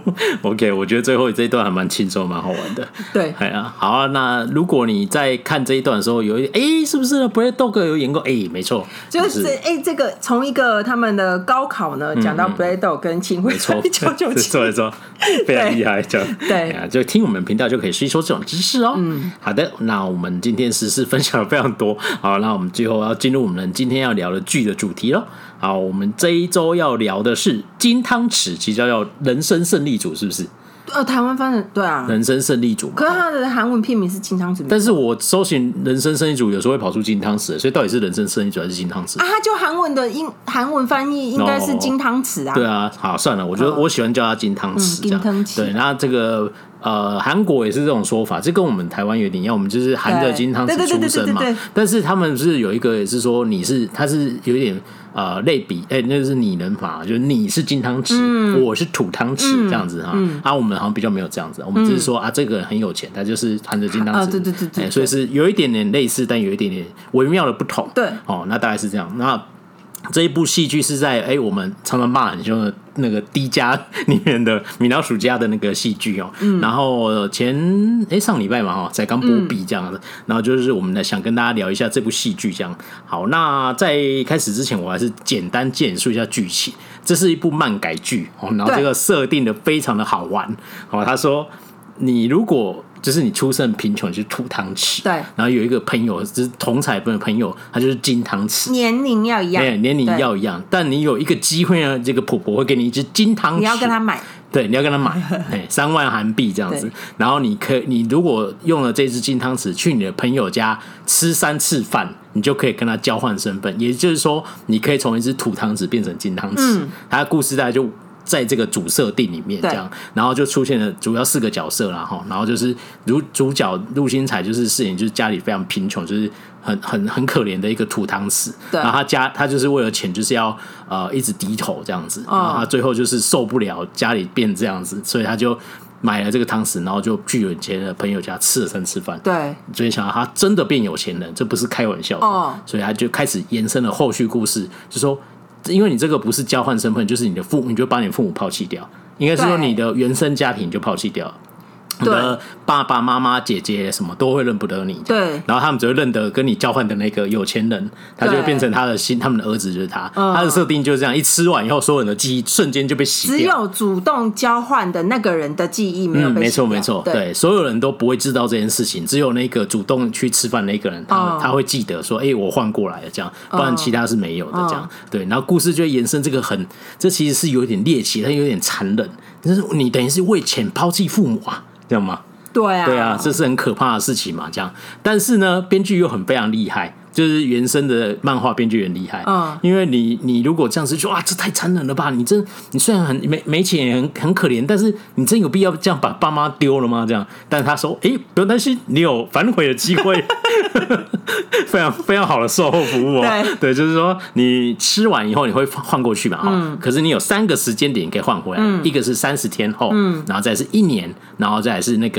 ，OK， 我觉得最后这一段还蛮轻松，蛮好玩的。 对， 哎呀，好啊。那如果你在看这一段的时候，有一哎，是不是 Brad Dog 有演过？哎，没错， 就是哎，这个从一个他们的高考呢讲到 Brad Dog 跟秦晖一九九七， 没错，非常厉害，这样对、 啊，就听我们频道就可以吸收这种知识哦。嗯，好的，那我们今天时事分享了非常多，好，那我们最后要进入我们今天要聊的剧的主题了。好，我们这一周要聊的是金汤匙，其实叫人生胜利组，是不是？ 呃，台湾翻的对啊， 人生胜利组嘛， 可是它的韩文片名是金汤匙。 但是我搜寻人生胜利组，有时候会跑出金汤匙，所以到底是人生胜利组还是金汤匙啊？它就韩文的英韩文翻译应该是金汤匙啊。 对啊，好算了，我觉得我喜欢叫它金汤匙，金汤匙。对，然后这个呃，韩国也是这种说法，这跟我们台湾有点一样，我们就是含着金汤匙出生嘛。但是他们是有一个也是说你是，他是有一点。呃，类比，哎、欸，那就是拟人法，就是你是金汤匙、嗯，我是土汤匙、嗯、这样子哈、嗯。啊，我们好像比较没有这样子，我们只是说、嗯、啊，这个人很有钱，他就是含着金汤匙、啊，对对对 对, 對、欸，所以是有一点点类似，但有一点点微妙的不同。对，哦，那大概是这样。那这一部戏剧是在哎、欸，我们常常骂很凶的那个 D 家里面的米老鼠家的那个戏剧哦，嗯、然后前哎、欸、上礼拜嘛哈才刚播毕这样的、嗯，然后就是我们想跟大家聊一下这部戏剧这样。好，那在开始之前，我还是简单简述一下剧情。这是一部漫改剧哦，然后这个设定的非常的好玩哦。他说，你如果就是你出生贫穷，就是土汤匙。对，然后有一个朋友，就是同彩的朋友，他就是金汤匙， 年龄要一样， 对，年龄要一样。但你有一个机会呢，这个婆婆会给你一只金汤匙， 你要跟他买。 对，你要跟他买，三万韩币这样子。然后你可以，你如果用了这只金汤匙去你的朋友家吃三次饭，你就可以跟他交换身份。也就是说，你可以从一只土汤匙变成金汤匙。嗯，他的故事大概就在这个主设定里面这样，然后就出现了主要四个角色啦哈，然后就是主主角陆星材就是饰演就是家里非常贫穷，就是很很很可怜的一个土汤匙，然后他家他就是为了钱就是要呃一直低头这样子，然后他最后就是受不了家里变这样子，所以他就买了这个汤匙，然后就去有钱的朋友家吃了三次饭，对，所以想到他真的变有钱人，这不是开玩笑的，哦，所以他就开始延伸了后续故事，就说。因为你这个不是交换身份，就是你的父母，你就把你的父母抛弃掉，应该是说你的原生家庭就抛弃掉，你的爸爸妈妈、姐姐什么都会认不得你，对，然后他们只会认得跟你交换的那个有钱人，他就会变成他的新，他们的儿子就是他，嗯，他的设定就是这样，一吃完以后，所有人的记忆瞬间就被洗掉， 只有主动交换的那个人的记忆没有被洗掉，嗯， 没错没错，对，所有人都不会知道这件事情，只有那个主动去吃饭那个人，他，嗯，他会记得说，哎，欸，我换过来了这样，不然其他是没有的这样，嗯，对，然后故事就会延伸这个很，这其实是有点猎奇，它有点残忍，就是你等于是为钱抛弃父母啊，这样吗？ 对啊， 对啊，这是很可怕的事情嘛，这样。但是呢，编剧又很非常厉害，就是原生的漫画编剧很厉害，嗯，因为你你如果这样子说啊，这太残忍了吧？你真你虽然很没没钱也很很可怜，但是你真有必要这样把爸妈丢了吗？这样，但是他说，哎，不用担心，你有反悔的机会，非常非常好的售后服务哦。对，对，就是说你吃完以后你会换过去嘛，嗯，可是你有三个时间点可以换回来，嗯，一个是三十天后，嗯，然后再是一年，然后再是那个。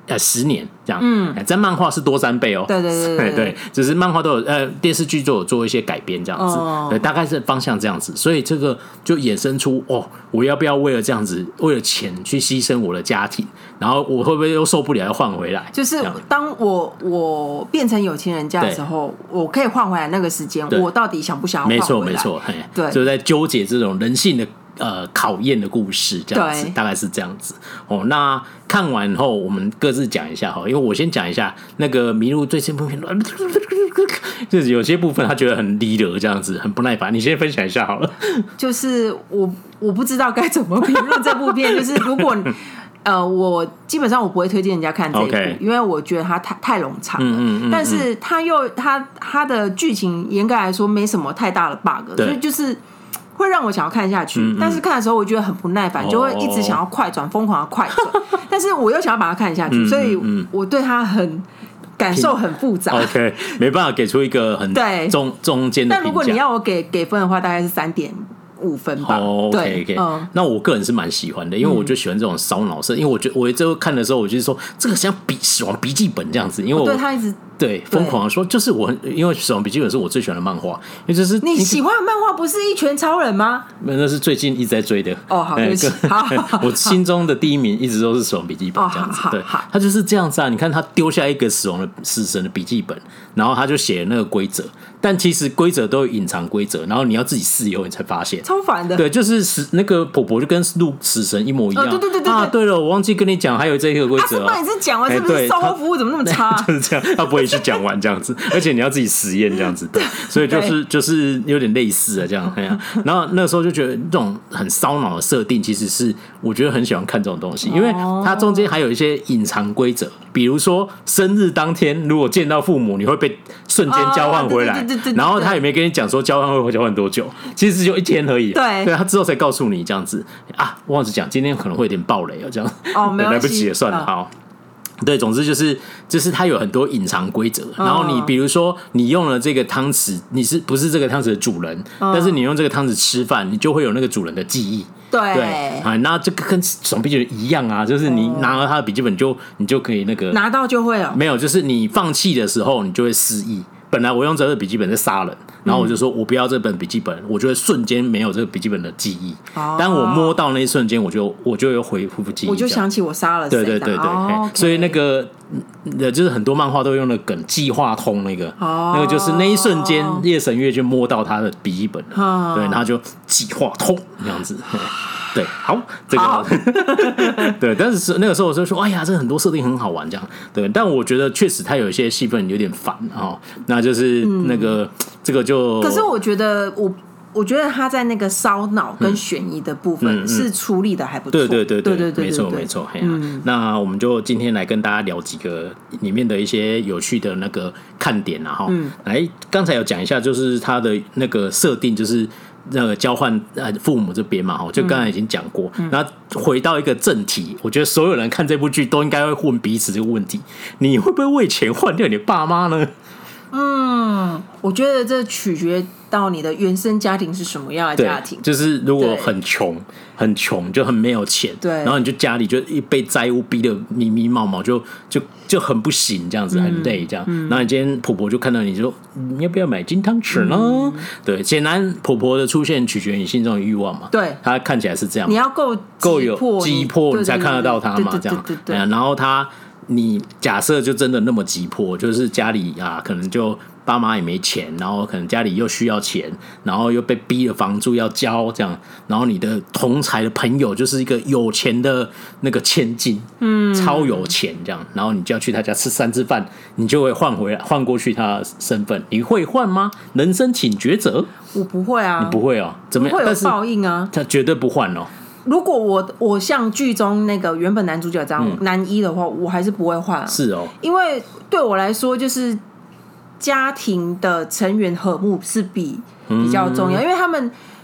呃十年这样，嗯，在漫画是多三倍哦， 对对对对, 对，就是漫画都有呃电视剧就有做一些改编这样子，哦、对，大概是方向这样子，所以这个就衍生出哦，我要不要为了这样子，为了钱去牺牲我的家庭，然后我会不会又受不了要换回来？ 就是当我我变成有钱人家的时候，我可以换回来那个时间，我到底想不想要换回来？ 没错没错，对，就在纠结这种人性的。呃，考验的故事这样子，大概是这样子哦。那看完后，我们各自讲一下哈，因为我先讲一下那个麋鹿对这部片，就是有些部分他觉得很离了，这样子很不耐烦。你先分享一下好了。就是我我不知道该怎么评论这部片，就是如果呃，我基本上我不会推荐人家看这一部， okay. 因为我觉得它太太冗长了。嗯嗯嗯嗯，但是它又它它的剧情严格来说没什么太大的 bug， 所以就是。会让我想要看下去，嗯嗯，但是看的时候我觉得很不耐烦，哦、就会一直想要快转，疯狂的快转，但是我又想要把它看下去，嗯嗯嗯，所以我对它很感受很复杂。 OK， 没办法给出一个很中中间的评价。 但如果你要我给给分的话，大概是三点五分吧。 哦、OK OK，嗯、那我个人是蛮喜欢的，因为我就喜欢这种烧脑色，因为我觉得我这个看的时候，我就是说这个像笔死亡笔记本这样子，因为我、 哦、对他一直。 对，疯狂的说，就是我，因为《死亡笔记本》是我最喜欢的漫画，因为就是你喜欢的漫画不是《一拳超人》吗？ 那是最近一直在追的。 哦，好，对不起，好， 我心中的第一名一直都是《死亡笔记本》这样子。对，他就是这样子啊！你看他丢下一个死亡的死神的笔记本，然后他就写了那个规则，但其实规则都有隐藏规则，然后你要自己试以后你才发现， 超烦的。 对，就是死那个婆婆就跟录死神一模一样。 哦、对对对对啊！对了，我忘记跟你讲，还有这个规则、哦。 他是帮你是讲完，是不是售后服务怎么那么差？ 就是这样，他不会去讲完这样子。而且你要自己实验这样子，对，所以就是就是有点类似啊，这样。然后那个时候就觉得这种很烧脑的设定，其实是我觉得很喜欢看这种东西，因为它中间还有一些隐藏规则，比如说生日当天如果见到父母，你会被瞬间交换回来，然后他也没跟你讲说交换会交换多久，其实就一天而已。 对， 对他之后才告诉你这样子啊，忘记讲，今天可能会有点爆雷哦，这样哦，没来不及了，算了，好。对，总之就是就是它有很多隐藏规则，然后你比如说你用了这个汤匙，你是不是这个汤匙的主人？嗯、但是你用这个汤匙吃饭，你就会有那个主人的记忆。 对对啊，那这个跟死亡笔记本一样啊，就是你拿了他的笔记本就你就可以那个拿到就会哦， 没有，就是你放弃的时候你就会失忆。本来我用这个笔记本在杀人，然后我就说我不要这本笔记本，我就会瞬间没有这个笔记本的记忆。哦、当我摸到那一瞬间，我就我就有恢复记忆， 我就想起我杀了谁。 对对对对， 哦、 所以那个就是很多漫画都用的梗计划通那个，哦、那个就是那一瞬间夜神月就摸到他的笔记本了，哦、对，然后就计划通这样子。对，好，这个对，但是那个时候我就说，哎呀，这很多设定很好玩，这样对。但我觉得确实他有一些戏份有点烦哦，那就是那个、嗯、这个就， 可是我觉得我。我觉得他在那个烧脑跟悬疑的部分是处理的还不错， 对对对对对对，没错没错。嗯，那我们就今天来跟大家聊几个里面的一些有趣的那个看点啊哈。嗯，来，刚才有讲一下，就是他的那个设定，就是那个交换呃父母这边嘛哈，就刚才已经讲过。嗯、然后回到一个正题，我觉得所有人看这部剧都应该会问彼此这个问题：你会不会为钱换掉你的爸妈呢？ 嗯，我觉得这取决到你的原生家庭是什么样的家庭。 就是如果很穷很穷就很没有钱，对，然后你就家里就一被债务逼得迷迷茫茫，就就就很不行这样子，很累这样、嗯、然后你今天婆婆就看到你说你要不要买金汤匙呢、嗯、对，显然婆婆的出现取决于你心中的欲望嘛， 对， 她看起来是这样， 你要够够有急迫你才看得到她嘛，这样，然后她你假设就真的那么急迫，就是家里啊，可能就爸妈也没钱，然后可能家里又需要钱，然后又被逼了房租要交，这样，然后你的同才的朋友就是一个有钱的那个千金，嗯，超有钱这样，然后你就要去他家吃三次饭，你就会换回来换过去他的身份，你会换吗？人生请抉择。 我不会啊， 你不会哦，怎么样？ 会有报应啊， 他绝对不换哦。 如果我我像剧中那个原本男主角这样、嗯、男一的话，我还是不会换、啊。 是哦， 因为对我来说，就是家庭的成员和睦是比比较重要，嗯、因为他们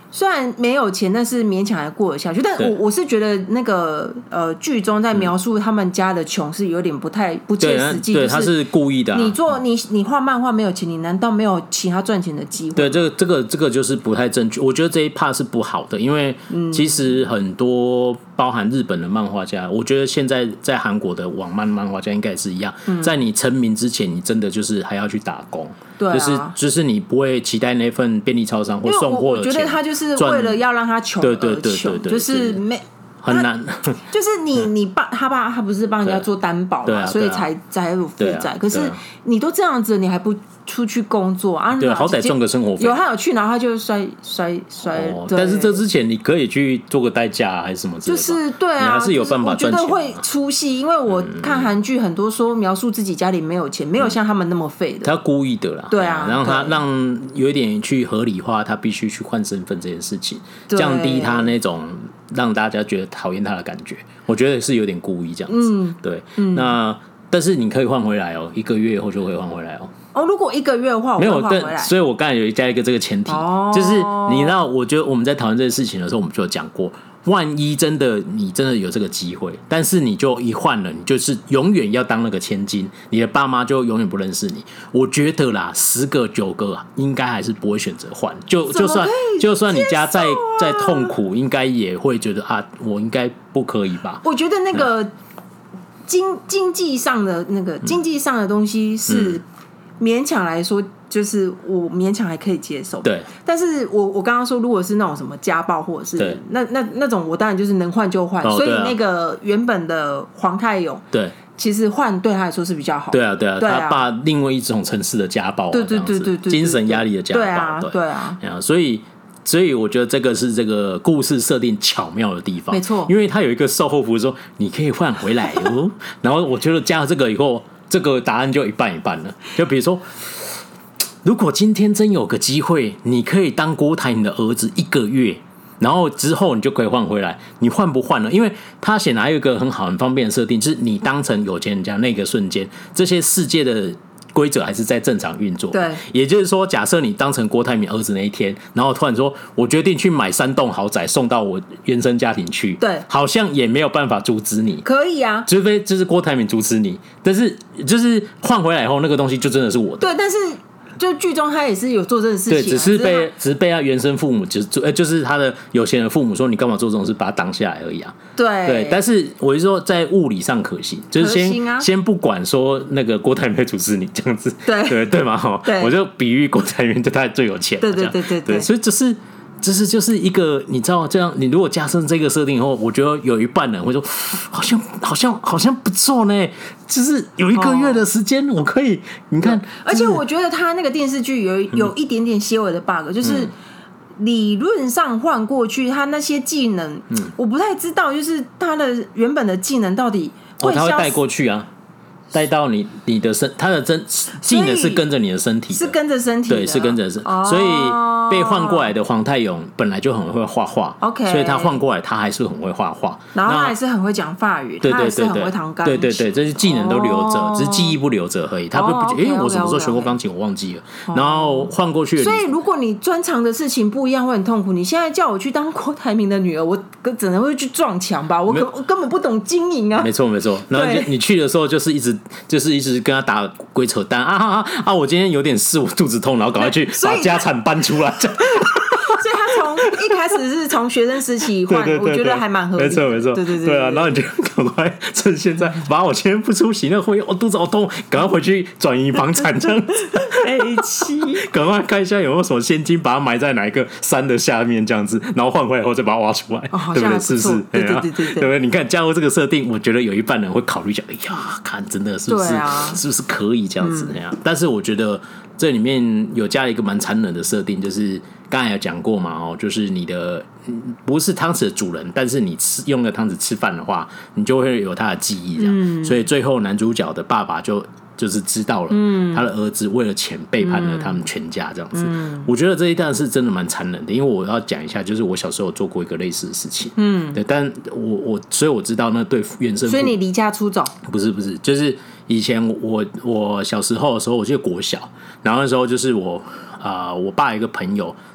虽然没有钱，但是勉强还过得下去。但我我是觉得那个呃剧中在描述他们家的穷是有点不太不切实际， 对， 就是、 他是故意的、啊。 你做你你画漫画没有钱，你难道没有其他赚钱的机会？ 对，这个这个这个就是不太正确。我觉得这一 part 是不好的，因为其实很多包含日本的漫画家，我觉得现在在韩国的网漫漫画家应该也是一样，嗯、在你成名之前，你真的就是还要去打工。 对、啊， 就是就是你不会期待那份便利超商或送货的钱， 我觉得他就是为了要让他穷而穷， 对对对对对， 就是没很难。 就是你你爸他爸他不是帮人家做担保嘛， 啊、 所以才才有负债。可是你都这样子，你还不出去工作啊？ 对，好歹赚个生活费。 有他有去，然后他就摔摔摔、哦。 但是这之前你可以去做个代驾、啊、还是什么之类的， 就是对啊， 你还是有办法赚钱、啊。 我觉得会出戏，因为我看韩剧很多说描述自己家里没有钱，没有像他们那么废的。 他故意的啦， 对啊， 然后他让有一点去合理化，他必须去换身份这件事情，降低他那种让大家觉得讨厌他的感觉。我觉得是有点故意这样子，嗯、对。嗯、那但是你可以换回来哦，一个月后就可以换回来哦。 哦，如果一个月的话，我没有， 换回来。 所以我刚才有加一个这个前提，哦、就是你知道，我觉得我们在讨论这个事情的时候，我们就有讲过，万一真的你真的有这个机会，但是你就一换了，你就是永远要当那个千金，你的爸妈就永远不认识你。我觉得啦，十个九个应该还是不会选择换，就就算就算你家再再痛苦，应该也会觉得啊，我应该不可以吧？ 我觉得那个经经济上的那个经济上的东西是。嗯勉强来说，就是我勉强还可以接受。 对， 但是我我刚刚说，如果是那种什么家暴或者是那那那种，我当然就是能换就换。哦、所以那个原本的黄泰勇， 对， 其实换对他来说是比较好。 对啊，对啊， 对啊他爸另外一种层次的家暴、啊， 对对对对 对, 對， 精神压力的家暴， 对啊，对, 對啊， 啊，所以。所以我觉得这个是这个故事设定巧妙的地方， 没错， 因为他有一个售后服务说你可以换回来哦，然后我觉得加了这个以后，这个答案就一半一半了。就比如说，如果今天真有个机会，你可以当郭台铭的儿子一个月，然后之后你就可以换回来，你换不换呢？因为他显然还有一个很好很方便的设定，就是你当成有钱人家那个瞬间，这些世界的规则还是在正常运作。 对， 也就是说，假设你当成郭台铭儿子那一天，然后突然说，我决定去买三栋豪宅送到我原生家庭去， 对， 好像也没有办法阻止你。 可以啊， 除非就是郭台铭阻止你，但是就是换回来以后，那个东西就真的是我的。 对，但是。就剧中他也是有做这个事情、啊， 对，只是被只是被他原生父母，就是就是他的有钱的父母说你干嘛做这种事，把他挡下来而已啊。 对对，但是我是说在物理上可行，就是先、 啊、 先不管说那个郭台铭会阻止你这样子， 对对对嘛哈，我就比喻郭台铭就他最有钱， 对对对对对, 对，所以这是。这是就是一个，你知道，这样你如果加深这个设定以后，我觉得有一半人会说，好像好像好像不错呢。就是有一个月的时间，我可以，你看， 而且我觉得他那个电视剧有有一点点些微的 bug，、嗯、就是理论上换过去，他那些技能，嗯、我不太知道，就是他的原本的技能到底会、 哦、他会带过去啊。带到你你的身，他的真技能是跟着你的身体的， 是跟着身体的， 对，是跟着身体、哦。所以被换过来的黄泰勇本来就很会画画 ，OK， 所以他换过来，他还是很会画画， 然后他还是很会讲法语， 对对对对， 他还是很会弹钢琴， 对对对，这些技能都留着、哦，只是记忆不留着而已。他会不觉得，哎、 哦 okay, 我什么时候学过钢琴，我忘记了。哦、然后换过去， 所以如果你专长的事情不一样，会很痛苦。你现在叫我去当郭台铭的女儿，我只能会去撞墙吧，我我根本不懂经营啊。 没错没错，然后你你去的时候就是一直就是一直。跟他打鬼扯淡啊啊啊！我今天有点事，我肚子痛，然后赶快去把家产搬出来。所以他从一开始是从学生时期换，我觉得还蛮合理的。 没错没错， 对对 对, 对啊！然后你就赶快趁现在，把我今天不出席那个会议，我肚子好痛，赶快回去转移房产这样子。 哎七， 赶快看一下有没有什么现金，把它埋在哪一个山的下面这样子，然后换回来后再把它挖出来， 哦、 对不对？是不是？ 对对对对对， 对不对？你看加入这个设定，我觉得有一半人会考虑讲，哎呀，看真的是不是、 啊、 是不是可以这样子那样、嗯？但是我觉得这里面有加了一个蛮残忍的设定，就是刚才有讲过嘛，哦，就是你的不是汤匙的主人，但是你吃用了汤匙吃饭的话，你就会有他的记忆这样、嗯、所以最后男主角的爸爸就。就是知道了，嗯，他的儿子为了钱背叛了他们全家，这样子、嗯。我觉得这一段是真的蛮残忍的，因为我要讲一下，就是我小时候有做过一个类似的事情，嗯，对，但我我所以我知道那对原生父， 所以你离家出走？ 不是不是，就是以前我我小时候的时候，我记得国小，然后那时候就是我啊、呃，我爸有一个朋友，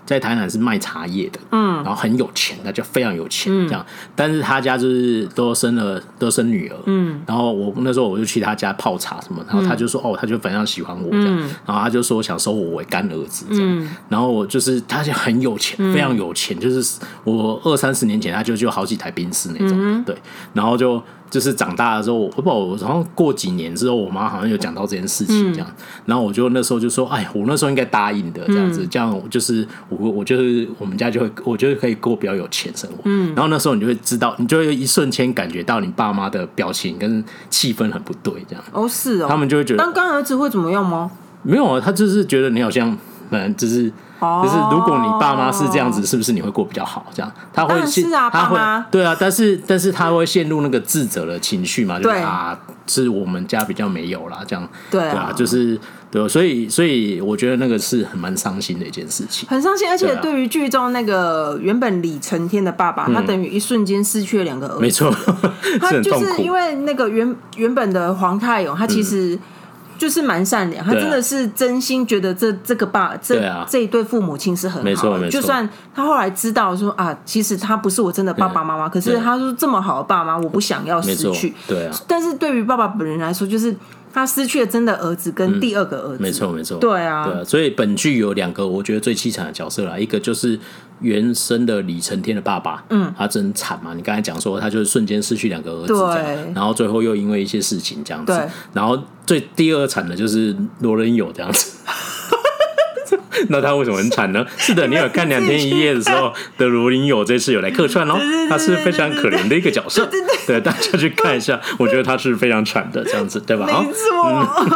在台南是卖茶叶的，嗯，然后很有钱，他就非常有钱，这样。嗯、但是他家就是都生了，都生女儿，嗯。然后我那时候我就去他家泡茶什么，然后他就说，嗯、哦，他就非常喜欢我这样，嗯、然后他就说想收我为干儿子这样。嗯、然后我就是他就很有钱，嗯、非常有钱，就是我二三十年前他就就好几台宾士那种，嗯、对。然后就就是长大的时候，我不知道，我好像过几年之后，我妈好像有讲到这件事情这样，嗯、然后我就那时候就说，哎，我那时候应该答应的这样子，嗯、这样就是我我就是我们家就会，我就可以过比较有钱生活。嗯，然后那时候你就会知道，你就会一瞬间感觉到你爸妈的表情跟气氛很不对，这样。 哦，是哦， 他们就会觉得当干儿子会怎么样吗？ 没有啊，他就是觉得你好像，嗯，就是。就是如果你爸妈是这样子，是不是你会过比较好？这样他会是啊， 他会爸妈对啊，但是但是他会陷入那个自责的情绪嘛？就是啊，是我们家比较没有啦，这样对 啊, 对啊，就是对，所以所以我觉得那个是很蛮伤心的一件事情， 很伤心。而且对于剧中那个原本李承天的爸爸，嗯、他等于一瞬间失去了两个儿子， 没错， 他就是因为那个原原本的黄泰勇，他其实。嗯就是蛮善良，他真的是真心觉得这这个爸这、啊、这一对父母亲是很好的。就算他后来知道说啊，其实他不是我真的爸爸妈妈，可是他说这么好的爸妈，我不想要失去。 对啊， 但是对于爸爸本人来说，就是他失去了真的儿子跟第二个儿子。 嗯、没错没错， 对啊， 对啊。所以本剧有两个我觉得最凄惨的角色啦，一个就是原生的李承天的爸爸，嗯，他真惨嘛。你刚才讲说他就是瞬间失去两个儿子这样，然后最后又因为一些事情这样子，然后最第二惨的就是罗仁友这样子。那他为什么很惨呢？是的，你有看两天一夜的时候的罗林友这次有来客串哦，他是非常可怜的一个角色，对大家去看一下，我觉得他是非常惨的这样子，对吧？ 没错。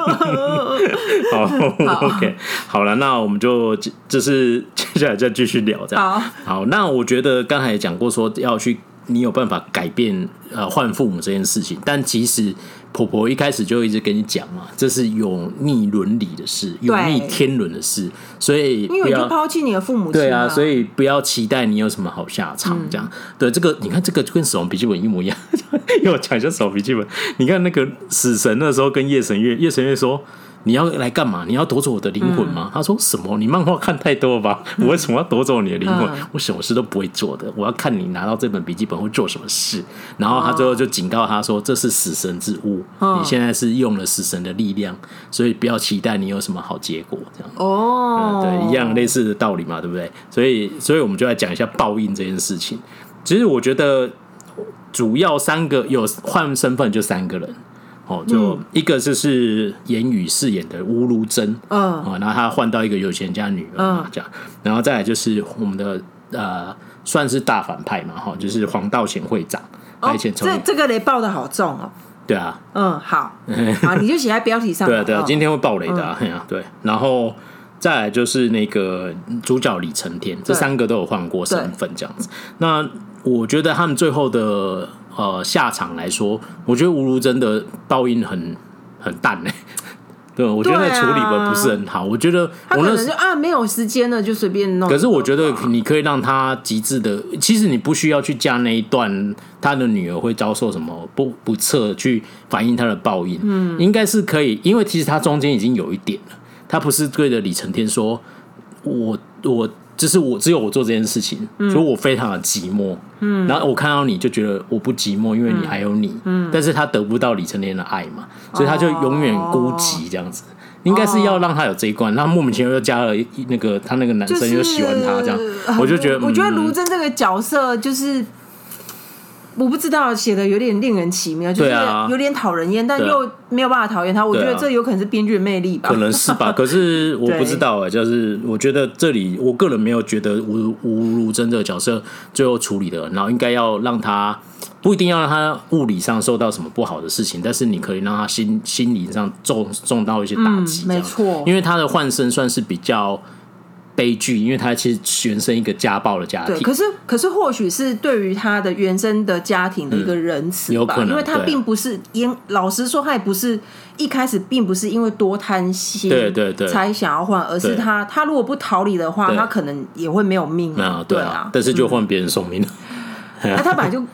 好 ，OK， 好了，那我们就就是接下来再继续聊这样。 好， 好，那我觉得刚才也讲过说要去。你有办法改变呃换父母这件事情，但其实婆婆一开始就一直跟你讲嘛，这是有逆伦理的事，有逆天伦的事，所以因为你就抛弃你的父母亲、啊， 对啊，所以不要期待你有什么好下场，这样、嗯、对这个你看这个跟死亡笔记本一模一样，因为我讲一下死亡笔记本，你看那个死神那时候跟夜神月，夜神月说。你要来干嘛？你要夺走我的灵魂吗？嗯、他说什么？你漫画看太多了吧？我为什么要夺走你的灵魂？嗯、我什么事都不会做的。我要看你拿到这本笔记本会做什么事。然后他最后就警告他说：“这是死神之物，哦、你现在是用了死神的力量，所以不要期待你有什么好结果。”这样哦、嗯，对，一样类似的道理嘛，对不对？所以，所以我们就来讲一下报应这件事情。其实我觉得主要三个有换身份就三个人。哦，就一个就是言语饰演的吴如珍，嗯，哦，然后他换到一个有钱人家女儿嘛，这样，然后再来就是我们的呃，算是大反派嘛，哈，就是黄道贤会长， 哦，这这个雷爆的好重哦， 对啊， 嗯，好，好，你就写在标题上， 对啊，对啊，今天会爆雷的啊，嗯、对，然后再来就是那个主角李承天，这三个都有换过身份，这样子，那我觉得他们最后的。呃，下场来说，我觉得吴如珍的报应很很淡哎、欸，对，我觉得那处理的不是很好。啊、我觉得他可能就啊没有时间了，就随便弄。 可是我觉得你可以让他极致的，其实你不需要去加那一段他的女儿会遭受什么不不测去反映他的报应，嗯，应该是可以，因为其实他中间已经有一点了，他不是对着李承天说，我我。就是我只有我做这件事情，嗯、所以我非常的寂寞。嗯，然后我看到你就觉得我不寂寞，因为你还有你。嗯，但是他得不到李承天的爱嘛，所以他就永远孤寂这样子。哦、应该是要让他有这一关，然后莫名其妙又加了那个他那个男生又喜欢他这样，就是、我就觉得， 我觉得卢真这个角色就是。我不知道写的有点令人奇妙，就是有点讨人厌，但又没有办法讨厌他。我觉得这有可能是编剧的魅力吧， 可能是吧。可是我不知道哎、欸，就是我觉得这里我个人没有觉得吴吴如珍这个角色最后处理的，然后应该要让他不一定要让他物理上受到什么不好的事情，但是你可以让他心心理上重重到一些打击、嗯， 没错。 因为他的换身算是比较。悲剧，因为他其实原生一个家暴的家庭， 对，可是可是或许是对于他的原生的家庭的一个仁慈吧，嗯、 有可能， 因为他并不是因，老实说，他也不是一开始并不是因为多贪心， 对对对， 才想要换，而是他他如果不逃离的话，他可能也会没有命啊， 对啊，但是就换别人送命了， 那、嗯啊、他本来就。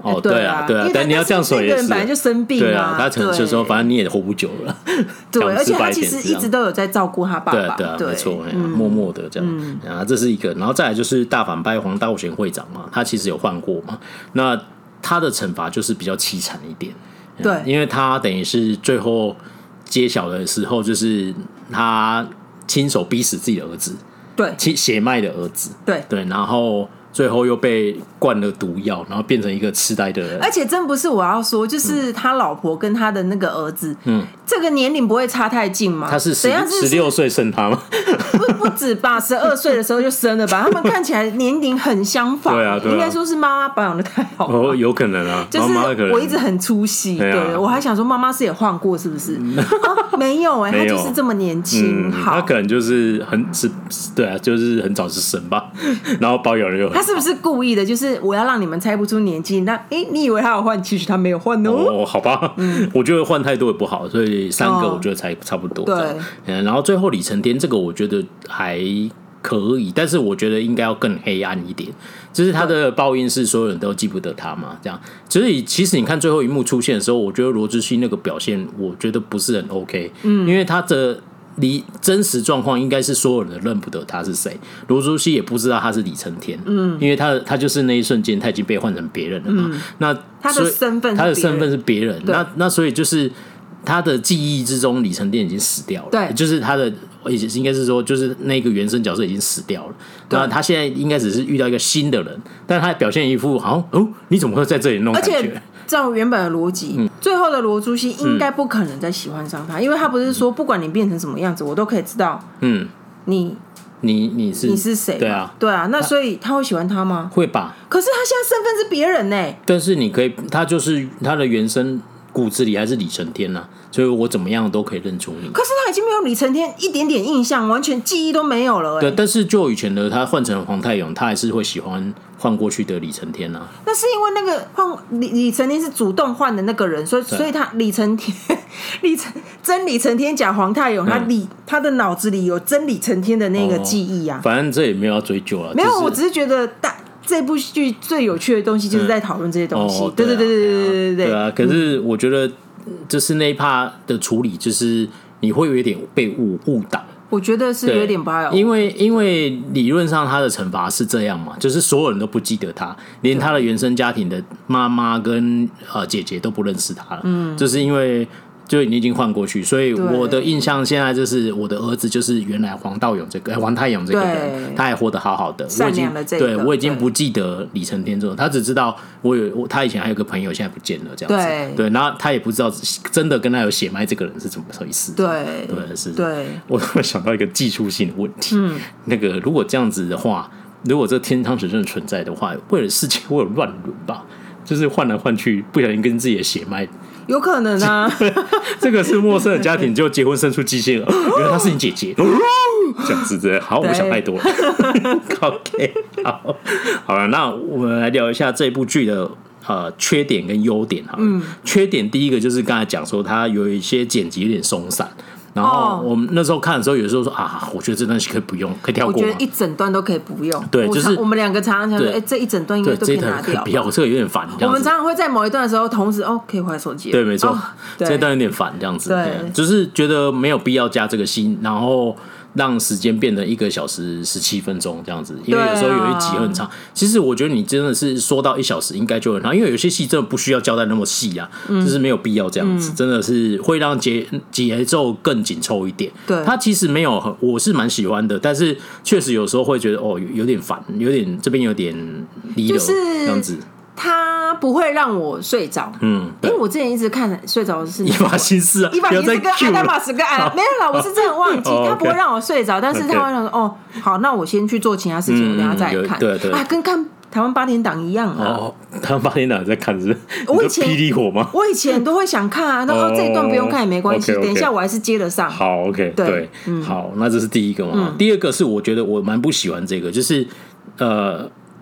哦，对啊，对啊，但你要这样说也是， 那个人本来就生病啊， 对啊，他可能就说反正你也活不久了， 对，而且他其实一直都有在照顾他爸爸， 对啊，没错，默默的这样啊，这是一个，然后再来就是大反派黄道贤会长嘛，他其实有换过嘛，那他的惩罚就是比较凄惨一点， 对， 因为他等于是最后揭晓的时候，就是他亲手逼死自己的儿子。 对， 血脉的儿子， 对对，然后最后又被灌了毒药，然后变成一个痴呆的人。 而且真不是我要说，就是他老婆跟他的那个儿子，嗯，这个年龄不会差太近吗？ 他是十十六岁生他吗？ 不不止吧，十二岁的时候就生了吧？他们看起来年龄很相仿， 对啊，对啊， 应该说是妈妈保养的太好了， 哦，有可能啊， 就是我一直很出戏，对，啊、对，我还想说妈妈是也换过是不是？啊、没有哎、欸，他就是这么年轻、嗯，好， 他可能就是很是，对啊，就是很早就生吧，然后保养的又很好， 他是不是故意的？就是我要让你们猜不出年纪，那哎、欸，你以为他有换，其实他没有换哦。 哦，好吧，嗯、我觉得换太多也不好，所以三个我觉得才差不多。 对， 嗯，然后最后李承天这个我觉得还可以，但是我觉得应该要更黑暗一点。就是他的报应是所有人都记不得他嘛，这样。所以其实你看最后一幕出现的时候，我觉得罗志熙那个表现，我觉得不是很 OK，嗯，因为他的。离真实状况应该是所有人都认不得他是谁，罗朱熙也不知道他是李承天，嗯，因为他他就是那一瞬间他已经被换成别人了嘛，嗯、那他的身份他的身份是别人，那那所以就是他的记忆之中李承天已经死掉了， 对， 就是他的应该是说就是那个原生角色已经死掉了，那他现在应该只是遇到一个新的人，但他表现一副好像哦你怎么会在这里弄感觉？ 照原本的逻辑、嗯，最后的罗朱熙应该不可能再喜欢上他、嗯，因为他不是说不管你变成什么样子，我都可以知道，嗯，你你你是你是谁？ 对啊， 对啊，那所以他会喜欢他吗？ 会吧。 可是他现在身份是别人呢、欸。 但是你可以，他就是他的原生骨子里还是李承天啊，所以我怎么样都可以认出你。 可是他已经没有李承天一点点印象，完全记忆都没有了、欸。 对，但是就以前的他换成黄泰勇，他还是会喜欢换过去的李承天啊。 那是因为那个换李李承天是主动换的那个人，所以所以他李承天李承真李承天假黄泰勇，他李、嗯、他的脑子里有真李承天的那个记忆啊。 哦、反正这也没有要追究了， 没有， 就是、 我只是觉得大。这部剧最有趣的东西就是在讨论这些东西，嗯哦、对对对对对对对对。 对啊，可是我觉得就是那一 part 的处理，就是你会有一点被误误导。 我觉得是有点不好， 因为因为理论上他的惩罚是这样嘛，就是所有人都不记得他，连他的原生家庭的妈妈跟呃姐姐都不认识他了，嗯，就是因为。就你已经换过去，所以我的印象现在就是我的儿子就是原来黄道勇这个黄泰勇这个人，他还活得好好的， 善良的这个， 对我已经不记得李承天这种，他只知道我有他以前还有个朋友现在不见了这样子，对，对，然后他也不知道真的跟他有血脉这个人是怎么回事， 对， 对，是， 对， 我突然想到一个技术性的问题，嗯，那个如果这样子的话，如果这天堂水真的存在的话，为了事情会有乱伦吧，就是换来换去，不小心跟自己的血脉。 有可能啊， 这个是陌生的家庭就结婚生出机械了，原来她是你姐姐，这样子的。好，我们想太多了。OK， 好，好了，那我们来聊一下这部剧的呃缺点跟优点哈。嗯，缺点第一个就是刚才讲说它有一些剪辑有点松散。然后我们那时候看的时候，有时候说啊，我觉得这段戏可以不用，可以跳过。 我觉得一整段都可以不用。 对，就是我们两个常常想说，哎，这一整段应该都可以拿掉。 不要，这个有点烦。 我们常常会在某一段的时候，同时哦，可以滑手机。 对，没错，这段有点烦，这样子。对，就是觉得没有必要加这个戏，然后让时间变得一个小时十七分钟这样子，因为有时候有一集很长。其实我觉得你真的是说到一小时应该就很长，因为有些戏真的不需要交代那么细啊，就是没有必要这样子，真的是会让节节奏更紧凑一点。对，它其实没有很，我是蛮喜欢的，但是确实有时候会觉得哦，有点烦，有点这边有点离了这样子。 他不会让我睡着，嗯，因为我之前一直看睡着的是一把心事啊， 一把心事跟阿达马斯跟阿没有啦，我是真的忘记，他不会让我睡着，但是他会让哦，好，那我先去做其他事情，我等下再看，对对啊，跟看台湾八点档一样啊。 哦，台湾八点档在看是不是？ 我以前霹雳火吗？ 我以前都会想看啊，然后这一段不用看也没关系，等一下我还是接得上。 好 ，OK， 对，好，那这是第一个嘛。第二个是我觉得我蛮不喜欢这个，就是呃。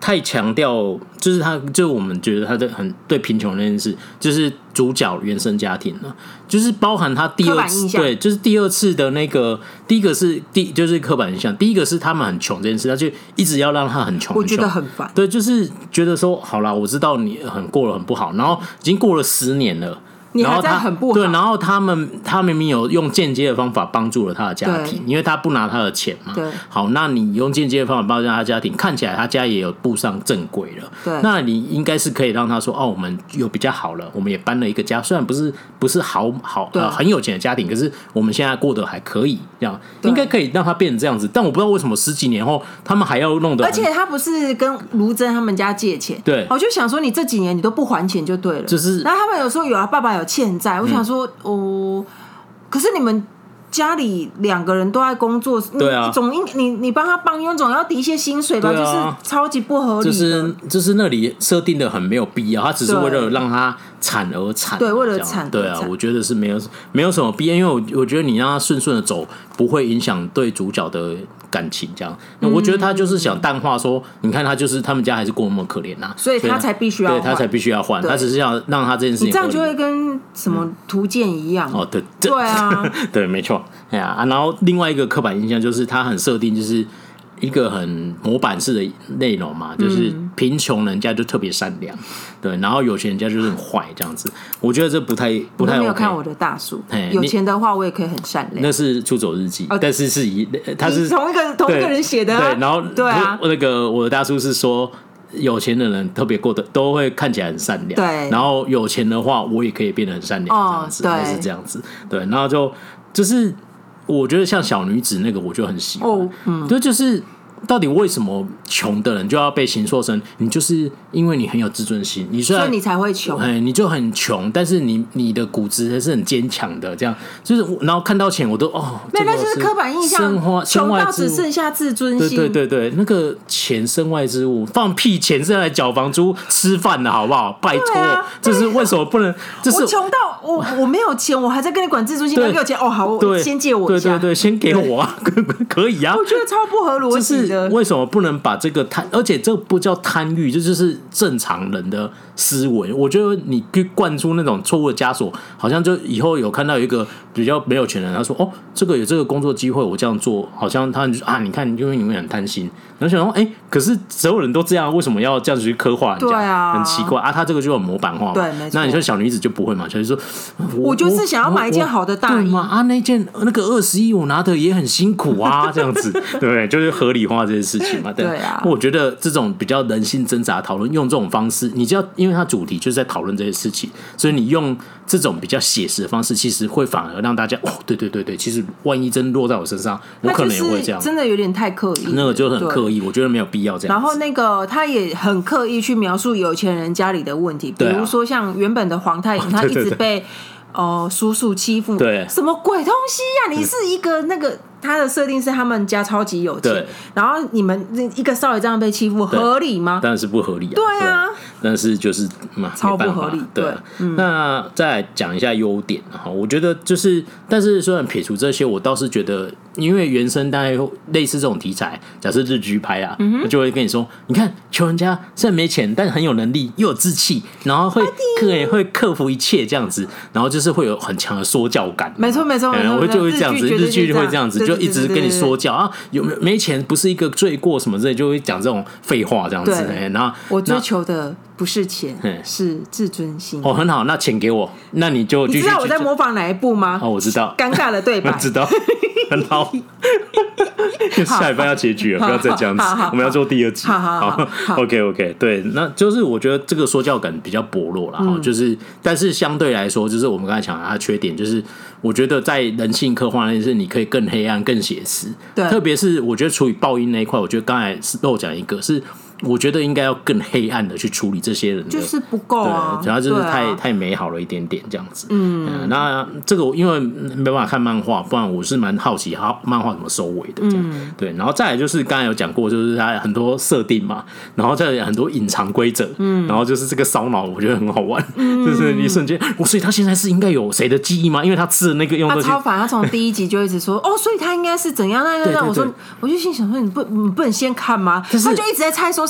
太强调，就是他，就我们觉得他的很对贫穷那件事，就是主角原生家庭了，就是包含他第二次，对，就是第二次的那个，第一个是第就是刻板印象，第一个是他们很穷这件事，他就一直要让他很穷， 我觉得很烦。 对，就是觉得说，好啦，我知道你很过得很不好，然后已经过了十年了。 你还在很不好， 对，然后他们他明明有用间接的方法帮助了他的家庭，因为他不拿他的钱嘛。 对， 好，那你用间接的方法帮助他的家庭，看起来他家也有步上正轨了。 对， 那你应该是可以让他说，哦，我们有比较好了，我们也搬了一个家，虽然不是不是好好呃很有钱的家庭，可是我们现在过得还可以，这样应该可以让他变成这样子。但我不知道为什么十几年后他们还要弄得， 而且他不是跟卢真他们家借钱， 对， 我就想说你这几年你都不还钱就对了， 就是， 然后他们有说有啊，爸爸有欠债，我想。说哦，可是你们家里两个人都在工作， 对啊， 总应你你帮他帮佣，总要抵一些薪水吧？啊、就是超级不合理的， 就是就是那里设定的很没有必要，他只是为了让他惨而惨， 对，为了惨， 对啊，我觉得是没有没有什么必要，因为我我觉得你让他顺顺的走，不会影响对主角的感情，这样，那我觉得他就是想淡化说，你看他就是他们家还是过那么可怜呐、啊， 所以他才必须要换， 对他才必须要换，他只是想让他这件事情， 你这样就会跟什么图鉴一样、嗯、 哦，对对啊， 对，没错，哎呀、啊，然后另外一个刻板印象就是他很设定就是一个很模板式的内容嘛，就是贫穷人家就特别善良，对，然后有钱人家就是很坏这样子。我觉得这不太不太、OK。 我没有看我的大叔，有钱的话我也可以很善良。 那是出走日记，哦、但是是以他是同一个同一个人写的、啊， 对，然后对啊， 那个我的大叔是说。有钱的人特别过得都会看起来很善良， 对。 然后有钱的话，我也可以变得很善良，这样子，还是这样子，对。然后就就是我觉得像小女子那个，我就很喜欢，哦、嗯，对，就是到底为什么穷的人就要被形塑成你就是因为你很有自尊心，你虽然所以你才会穷， 哎，你就很穷，但是你你的骨子还是很坚强的，这样就是然后看到钱我都哦， 没有，那就是刻板印象，穷到只剩下自尊心， 对对对对，那个钱身外之物，放屁钱是来缴房租吃饭的好不好？拜托，啊、这是为什么不能？这是我穷到我我没有钱，我还在跟你管自尊心，你给我钱哦，好，我先借我一下， 对对对，先给我啊，可以啊， 我觉得超不合逻辑的。 为什么不能把这个贪？而且这不叫贪欲，这就是正常人的思维。我觉得你去灌输那种错误的枷锁，好像就以后有看到有一个比较没有钱的人，他说：“哦，这个有这个工作机会，我这样做，好像他就啊，你看，因为你们很贪心。”然后想说：“哎、欸，可是所有人都这样，为什么要这样子去刻画人家？ 对啊， 很奇怪啊。”他这个就很模板化嘛。 对，没错。 那你说小女子就不会嘛？就是说我，我就是想要买一件好的大衣嘛啊，那件那个二十一我拿的也很辛苦啊，这样子，对不对？就是合理化这件事情嘛。对, 对啊， 我觉得这种比较人性挣扎讨论，用这种方式，你知道，因为它主题就是在讨论这些事情，所以你用这种比较写实的方式，其实会反而让大家哦，对对对对，其实万一真落在我身上，我可能也会这样， 真的有点太刻意， 那个就很刻意，我觉得没有必要这样。 然后那个他也很刻意去描述有钱人家里的问题，比如说像原本的黄太阳，他一直被哦、呃、叔叔欺负， 对， 什么鬼东西呀、啊？你是一个那个。他的设定是他们家超级有钱，然后你们一个少爷这样被欺负，合理吗？ 当然是不合理啊！ 对啊， 但是就是嘛， 超不合理。 对，对嗯、那再来讲一下优点哈，我觉得就是，但是虽然撇除这些，我倒是觉得，因为原生大概类似这种题材，假设日剧拍啊，嗯、我就会跟你说，你看穷人家虽然没钱，但很有能力，又有志气，然后会克会克服一切这样子，然后就是会有很强的说教感。 没错没错， 我会就会这样子，日剧会这样子。就一直跟你说教啊，有没钱不是一个罪过什么之类，就会讲这种废话这样子。然后我追求的不是钱，是自尊心。 哦，很好，那钱给我，那你就你知道我在模仿哪一部吗？ 哦，我知道， 尴尬的对白， 知道，很好。下一半要结局了，不要再这样子，我们要做第二集。 好好好 ，OK OK， 对，那就是我觉得这个说教感比较薄弱啦，嗯、就是但是相对来说，就是我们刚才讲的它的缺点，就是我觉得在人性刻画那件事，你可以更黑暗、更写实。 对， 特别是我觉得处理报应那一块，我觉得刚才是漏讲一个是。我觉得应该要更黑暗的去处理这些人的， 就是不够啊， 对，主要就是太、啊、太美好了一点点这样子。嗯，嗯那这个因为没办法看漫画，不然我是蛮好奇，好漫画怎么收尾的这样。嗯、对，然后再来就是刚才有讲过，就是它很多设定嘛，然后再来很多隐藏规则，嗯，然后就是这个烧脑，我觉得很好玩，嗯、就是一瞬间，我所以他现在是应该有谁的记忆吗？因为他吃的那个用的他超烦，他从第一集就一直说哦，所以他应该是怎样那样那样。我说，我就心想说，你不你不能先看吗？他就一直在猜说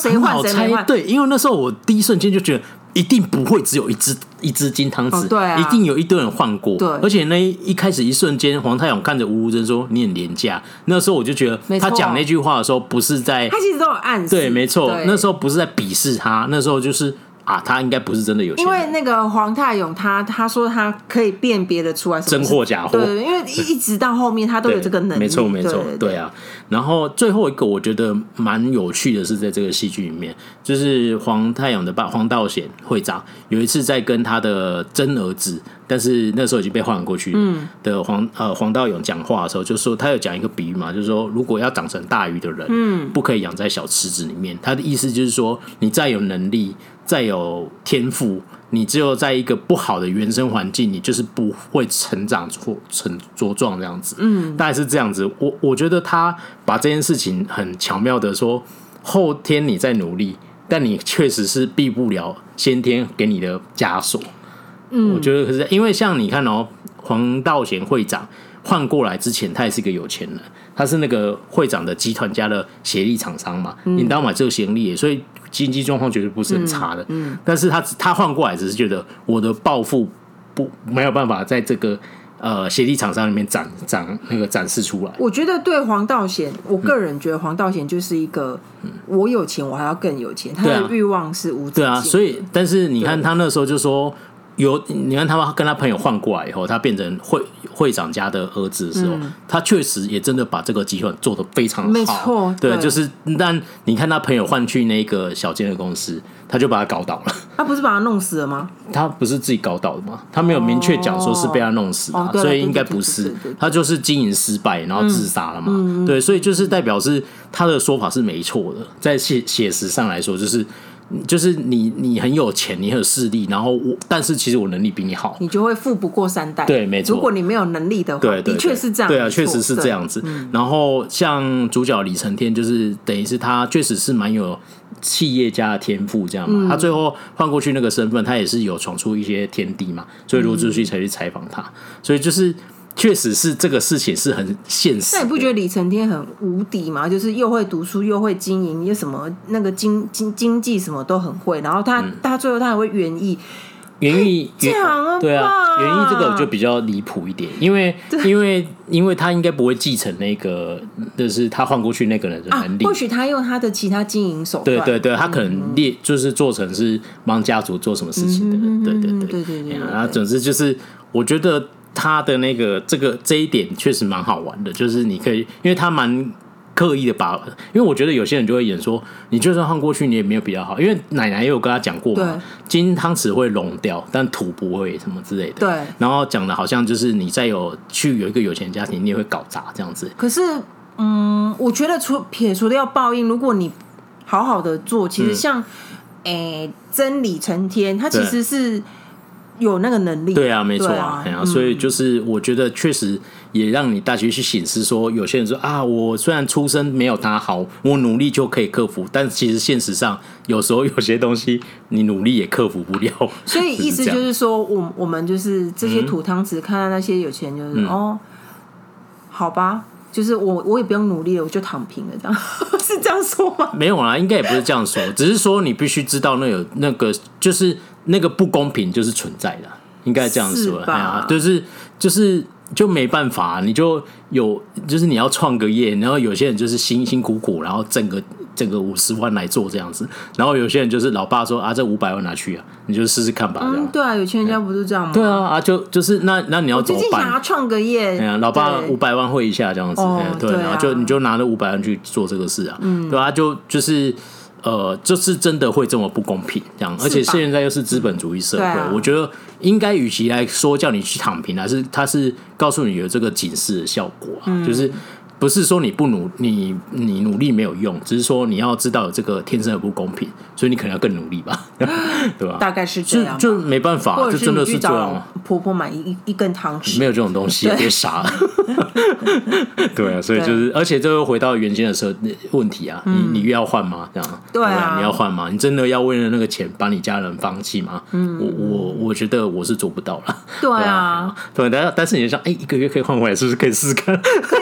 谁换谁没换。 对，因为那时候我第一瞬间就觉得一定不会只有一只一只金汤匙、哦对啊， 一定有一堆人换过。 对， 而且那一开始一瞬间，黄太勇看着吴吴珍说：“你很廉价。”那时候我就觉得他讲那句话的时候，不是在他其实都有暗示。 对，没错，那时候不是在鄙视他，那时候就是。啊，他应该不是真的有钱人， 因为那个黄太勇他他说他可以辨别的出来什么真货假货， 对，因为一直到后面他都有这个能力， 没错没错， 对, 对, 对啊。然后最后一个我觉得蛮有趣的是，在这个戏剧里面，就是黄太勇的爸黄道贤会长有一次在跟他的真儿子，但是那时候已经被换过去的黄、嗯、呃黄道勇讲话的时候，就说他有讲一个比喻嘛，就是说如果要长成大鱼的人，嗯，不可以养在小池子里面。他的意思就是说，你再有能力。再有天赋，你只有在一个不好的原生环境，你就是不会成长成茁壮这样子。嗯，大概是这样子。我我觉得他把这件事情很巧妙的说，后天你在努力，但你确实是避不了先天给你的枷锁。嗯，我觉得可是因为像你看哦，黄道贤会长换过来之前，他也是一个有钱人，他是那个会长的集团家的协力厂商嘛，领导买这个行李，所以。经济状况绝对不是很差的，嗯嗯、但是他他换过来只是觉得我的抱负不没有办法在这个呃协力厂商里面展展那个展示出来。 我觉得对黄道贤，我个人觉得黄道贤就是一个、嗯、我有钱我还要更有钱，他的欲望是无止境的。 对啊，所以但是你看他那时候就说。有，你看他跟他朋友换过来以后，他变成会会长家的儿子的时候，嗯、他确实也真的把这个集团做得非常好。 没错， 对，就是，但你看他朋友换去那个小间的公司，他就把他搞倒了。 他不是把他弄死了吗？ 他不是自己搞倒的吗？他没有明确讲说是被他弄死的、啊哦，所以应该不是。他就是经营失败，然后自杀了嘛。嗯、对，所以就是代表是他的说法是没错的，在写写实上来说，就是。就是你，你很有钱，你很有势力，然后我，但是其实我能力比你好， 你就会富不过三代。 对，没错。 如果你没有能力的话，对对对的确是这样。 对啊，确实是这样子。嗯、然后像主角李承天，就是等于是他确实是蛮有企业家的天赋，这样嘛。嗯、他最后换过去那个身份，他也是有闯出一些天地嘛，所以罗志旭才去采访他。嗯、所以就是。确实是这个事情是很现实的。 那你不觉得李承天很无敌吗？就是又会读书，又会经营，又什么那个经经经济什么都很会。然后他、嗯、他最后他还会园艺， 园艺这样啊？ 对啊，园艺这个我就比较离谱一点，因为因为因为他应该不会继承那个，就是他换过去那个人的能力。 啊、或许他用他的其他经营手段， 对对对，他可能列就是做成是帮家族做什么事情的人，嗯、对对对对对对。然后总之就是，我觉得。他的那个这个这一点确实蛮好玩的，就是你可以，因为他蛮刻意的把，因为我觉得有些人就会演说，你就算换过去，你也没有比较好，因为奶奶也有跟他讲过嘛，金汤匙会溶掉，但土不会什么之类的。 对， 然后讲的好像就是你再有去有一个有钱家庭，你也会搞砸这样子。 可是，嗯，我觉得除撇除掉报应，如果你好好的做，其实像，诶、嗯，真理成天，他其实是。有那个能力， 对啊，没错啊，啊所以就是我觉得确实也让你大学去省思说，有些人说啊，我虽然出身没有他好，我努力就可以克服，但其实现实上有时候有些东西你努力也克服不了。 所以意思就是说，我我们就是这些土汤匙，看到那些有钱人就是、嗯、哦，好吧。就是我，我也不用努力了，我就躺平了，这样是这样说吗？ 没有啦，应该也不是这样说，只是说你必须知道那有那个，就是那个不公平就是存在的，应该这样说的，啊，就是就是就没办法，你就有就是你要创个业，然后有些人就是辛辛苦苦，然后整个整个五十万来做这样子，然后有些人就是老爸说啊，这五百万拿去啊，你就试试看吧，这样。 嗯，对啊，有钱人家不是这样吗？ 对啊，啊就就是那那你要怎么办？我最近想要创个业， 哎呀，老爸五百万汇一下这样子， 哦、 对， 对啊、 然后就你就拿了五百万去做这个事啊，嗯，对啊，就就是呃，就是真的会这么不公平这样，而且现在又是资本主义社会，啊、我觉得应该与其来说叫你去躺平，还是他是告诉你有这个警示的效果啊，嗯、就是。不是说你不努你你努力没有用，只是说你要知道有这个天生的不公平，所以你可能要更努力吧，对吧？ 大概是这样， 就就没办法，就真的是这样。 婆婆买一一根汤匙， 没有这种东西，别傻了。对啊，所以就是，而且这又回到原先的时候问题啊，嗯、你你越要换吗？这样对啊， 你要换吗？你真的要为了那个钱把你家人放弃吗？嗯，我我我觉得我是做不到了。 对啊， 对，但但是你就想，哎，一个月可以换回来，是不是可以试试看？ 可以，但是你看。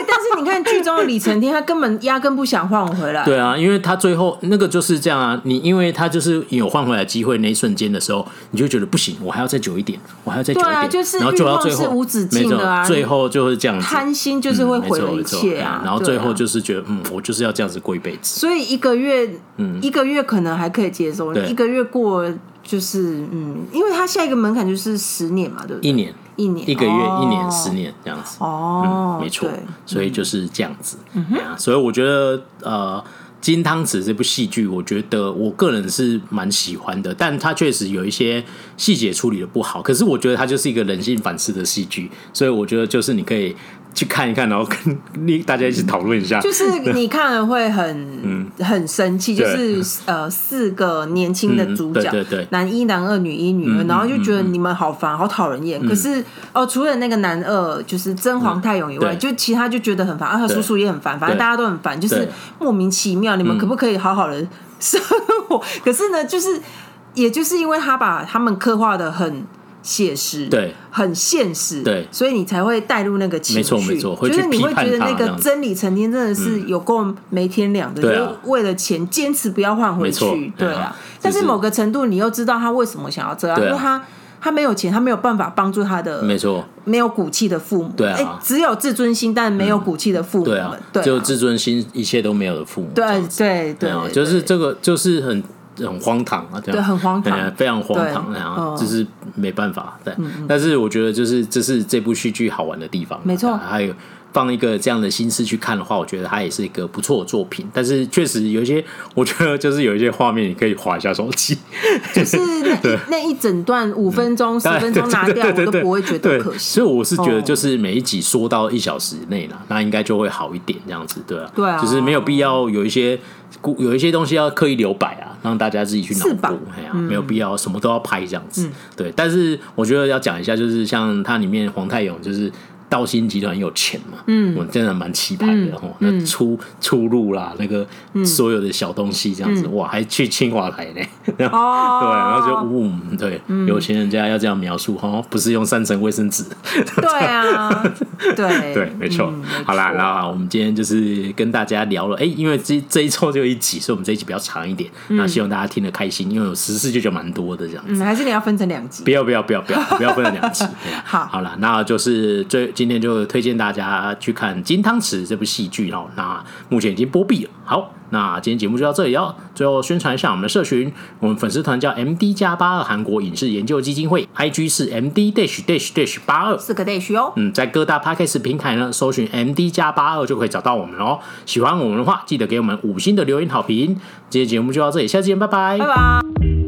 看剧中的李承天，他根本压根不想换我回来。 对啊，因为他最后那个就是这样啊，你因为他就是有换回来机会那一瞬间的时候，你就觉得不行，我还要再久一点，我还要再久一点， 对啊，就是然后就到最后欲望是无止境的啊， 最后就是这样子， 贪心就是会毁了一切啊。 嗯、然后最后就是觉得，嗯，我就是要这样子过一辈子。 所以一个月，嗯，一个月可能还可以接受，一个月过就是嗯，因为他下一个门槛就是十年嘛，对不对？ 一年。 一年一个月、 哦、 一年、十年这样子哦、 嗯，没错，所以就是这样子。 嗯啊、所以我觉得呃，《金汤匙》这部戏剧，我觉得我个人是蛮喜欢的，但它确实有一些细节处理的不好。可是我觉得它就是一个人性反思的戏剧，所以我觉得就是你可以去看一看，然后跟大家一起讨论一下。 就是你看了会很、嗯、很生气，就是呃四个年轻的主角， 嗯、对对对， 男一、男二、女一、女二，嗯、然后就觉得你们好烦，嗯、好讨人厌。嗯、可是哦，除了那个男二就是真皇太勇以外，嗯、就其他就觉得很烦，啊，他叔叔也很烦，反正大家都很烦，就是莫名其妙。你们可不可以好好的生活？嗯、可是呢，就是也就是因为他把他们刻画的很写实，对，很现实，对，所以你才会带入那个情绪，没错没错，就是你会觉得那个真理成天真的是有够没天良的，嗯、就是为了钱坚持不要换回去，对啊。但是某个程度，你又知道他为什么想要这样，因为他他没有钱，他没有办法帮助他的，没错，没有骨气的父母，对啊，欸，只有自尊心，但没有骨气的父母们，嗯、对啊， 只有自尊心，一切都没有的父母， 对对对，对， 就是这个，就是很。很荒唐啊， 对，很荒唐， 非常荒唐，然后就是没办法，对。嗯嗯，但是我觉得，就是这是这部戏剧好玩的地方， 没错。 还有放一个这样的心思去看的话，我觉得它也是一个不错的作品。但是确实有一些，我觉得就是有一些画面，你可以滑一下手机， 就是那那一整段五分钟、十分钟拿掉，我都不会觉得可惜。 所以我是觉得，就是每一集缩到一小时内了，那应该就会好一点，这样子，对啊， 对啊， 就是没有必要有一些。有一些东西要刻意留白啊，让大家自己去脑补，哎呀，嗯、没有必要什么都要拍这样子。嗯、对，但是我觉得要讲一下，就是像它里面黄太勇就是。道心集团很有钱嘛，嗯，我真的蛮期待的哈。嗯、那出出入啦，那个所有的小东西这样子，嗯、哇，还去清华台呢，哦，对，然后就嗯，对，嗯、有钱人家要这样描述哈，不是用三层卫生纸， 对啊，对对，没错。嗯、好啦，那我们今天就是跟大家聊了，哎，因为这这一周就一集，所以我们这一集比较长一点，嗯、那希望大家听得开心，因为有时事就就蛮多的这样子。 嗯，还是你要分成两集？ 不要不要不要不要不要分成两集。 好， 好了，那就是最。今天就推荐大家去看《金汤匙》这部戏剧哦，那目前已经播毕了。好，那今天节目就到这里哦。最后宣传一下我们的社群，我们粉丝团叫 M D 加八二韩国影视研究基金会 ，I G 是 M D dash dash dash 八二， 四个 dash 哦。 嗯，在各大 Podcast 平台呢，搜寻 M D 加八二就可以找到我们哦。喜欢我们的话，记得给我们五星的留言好评。今天节目就到这里，下次见，拜拜， 拜拜。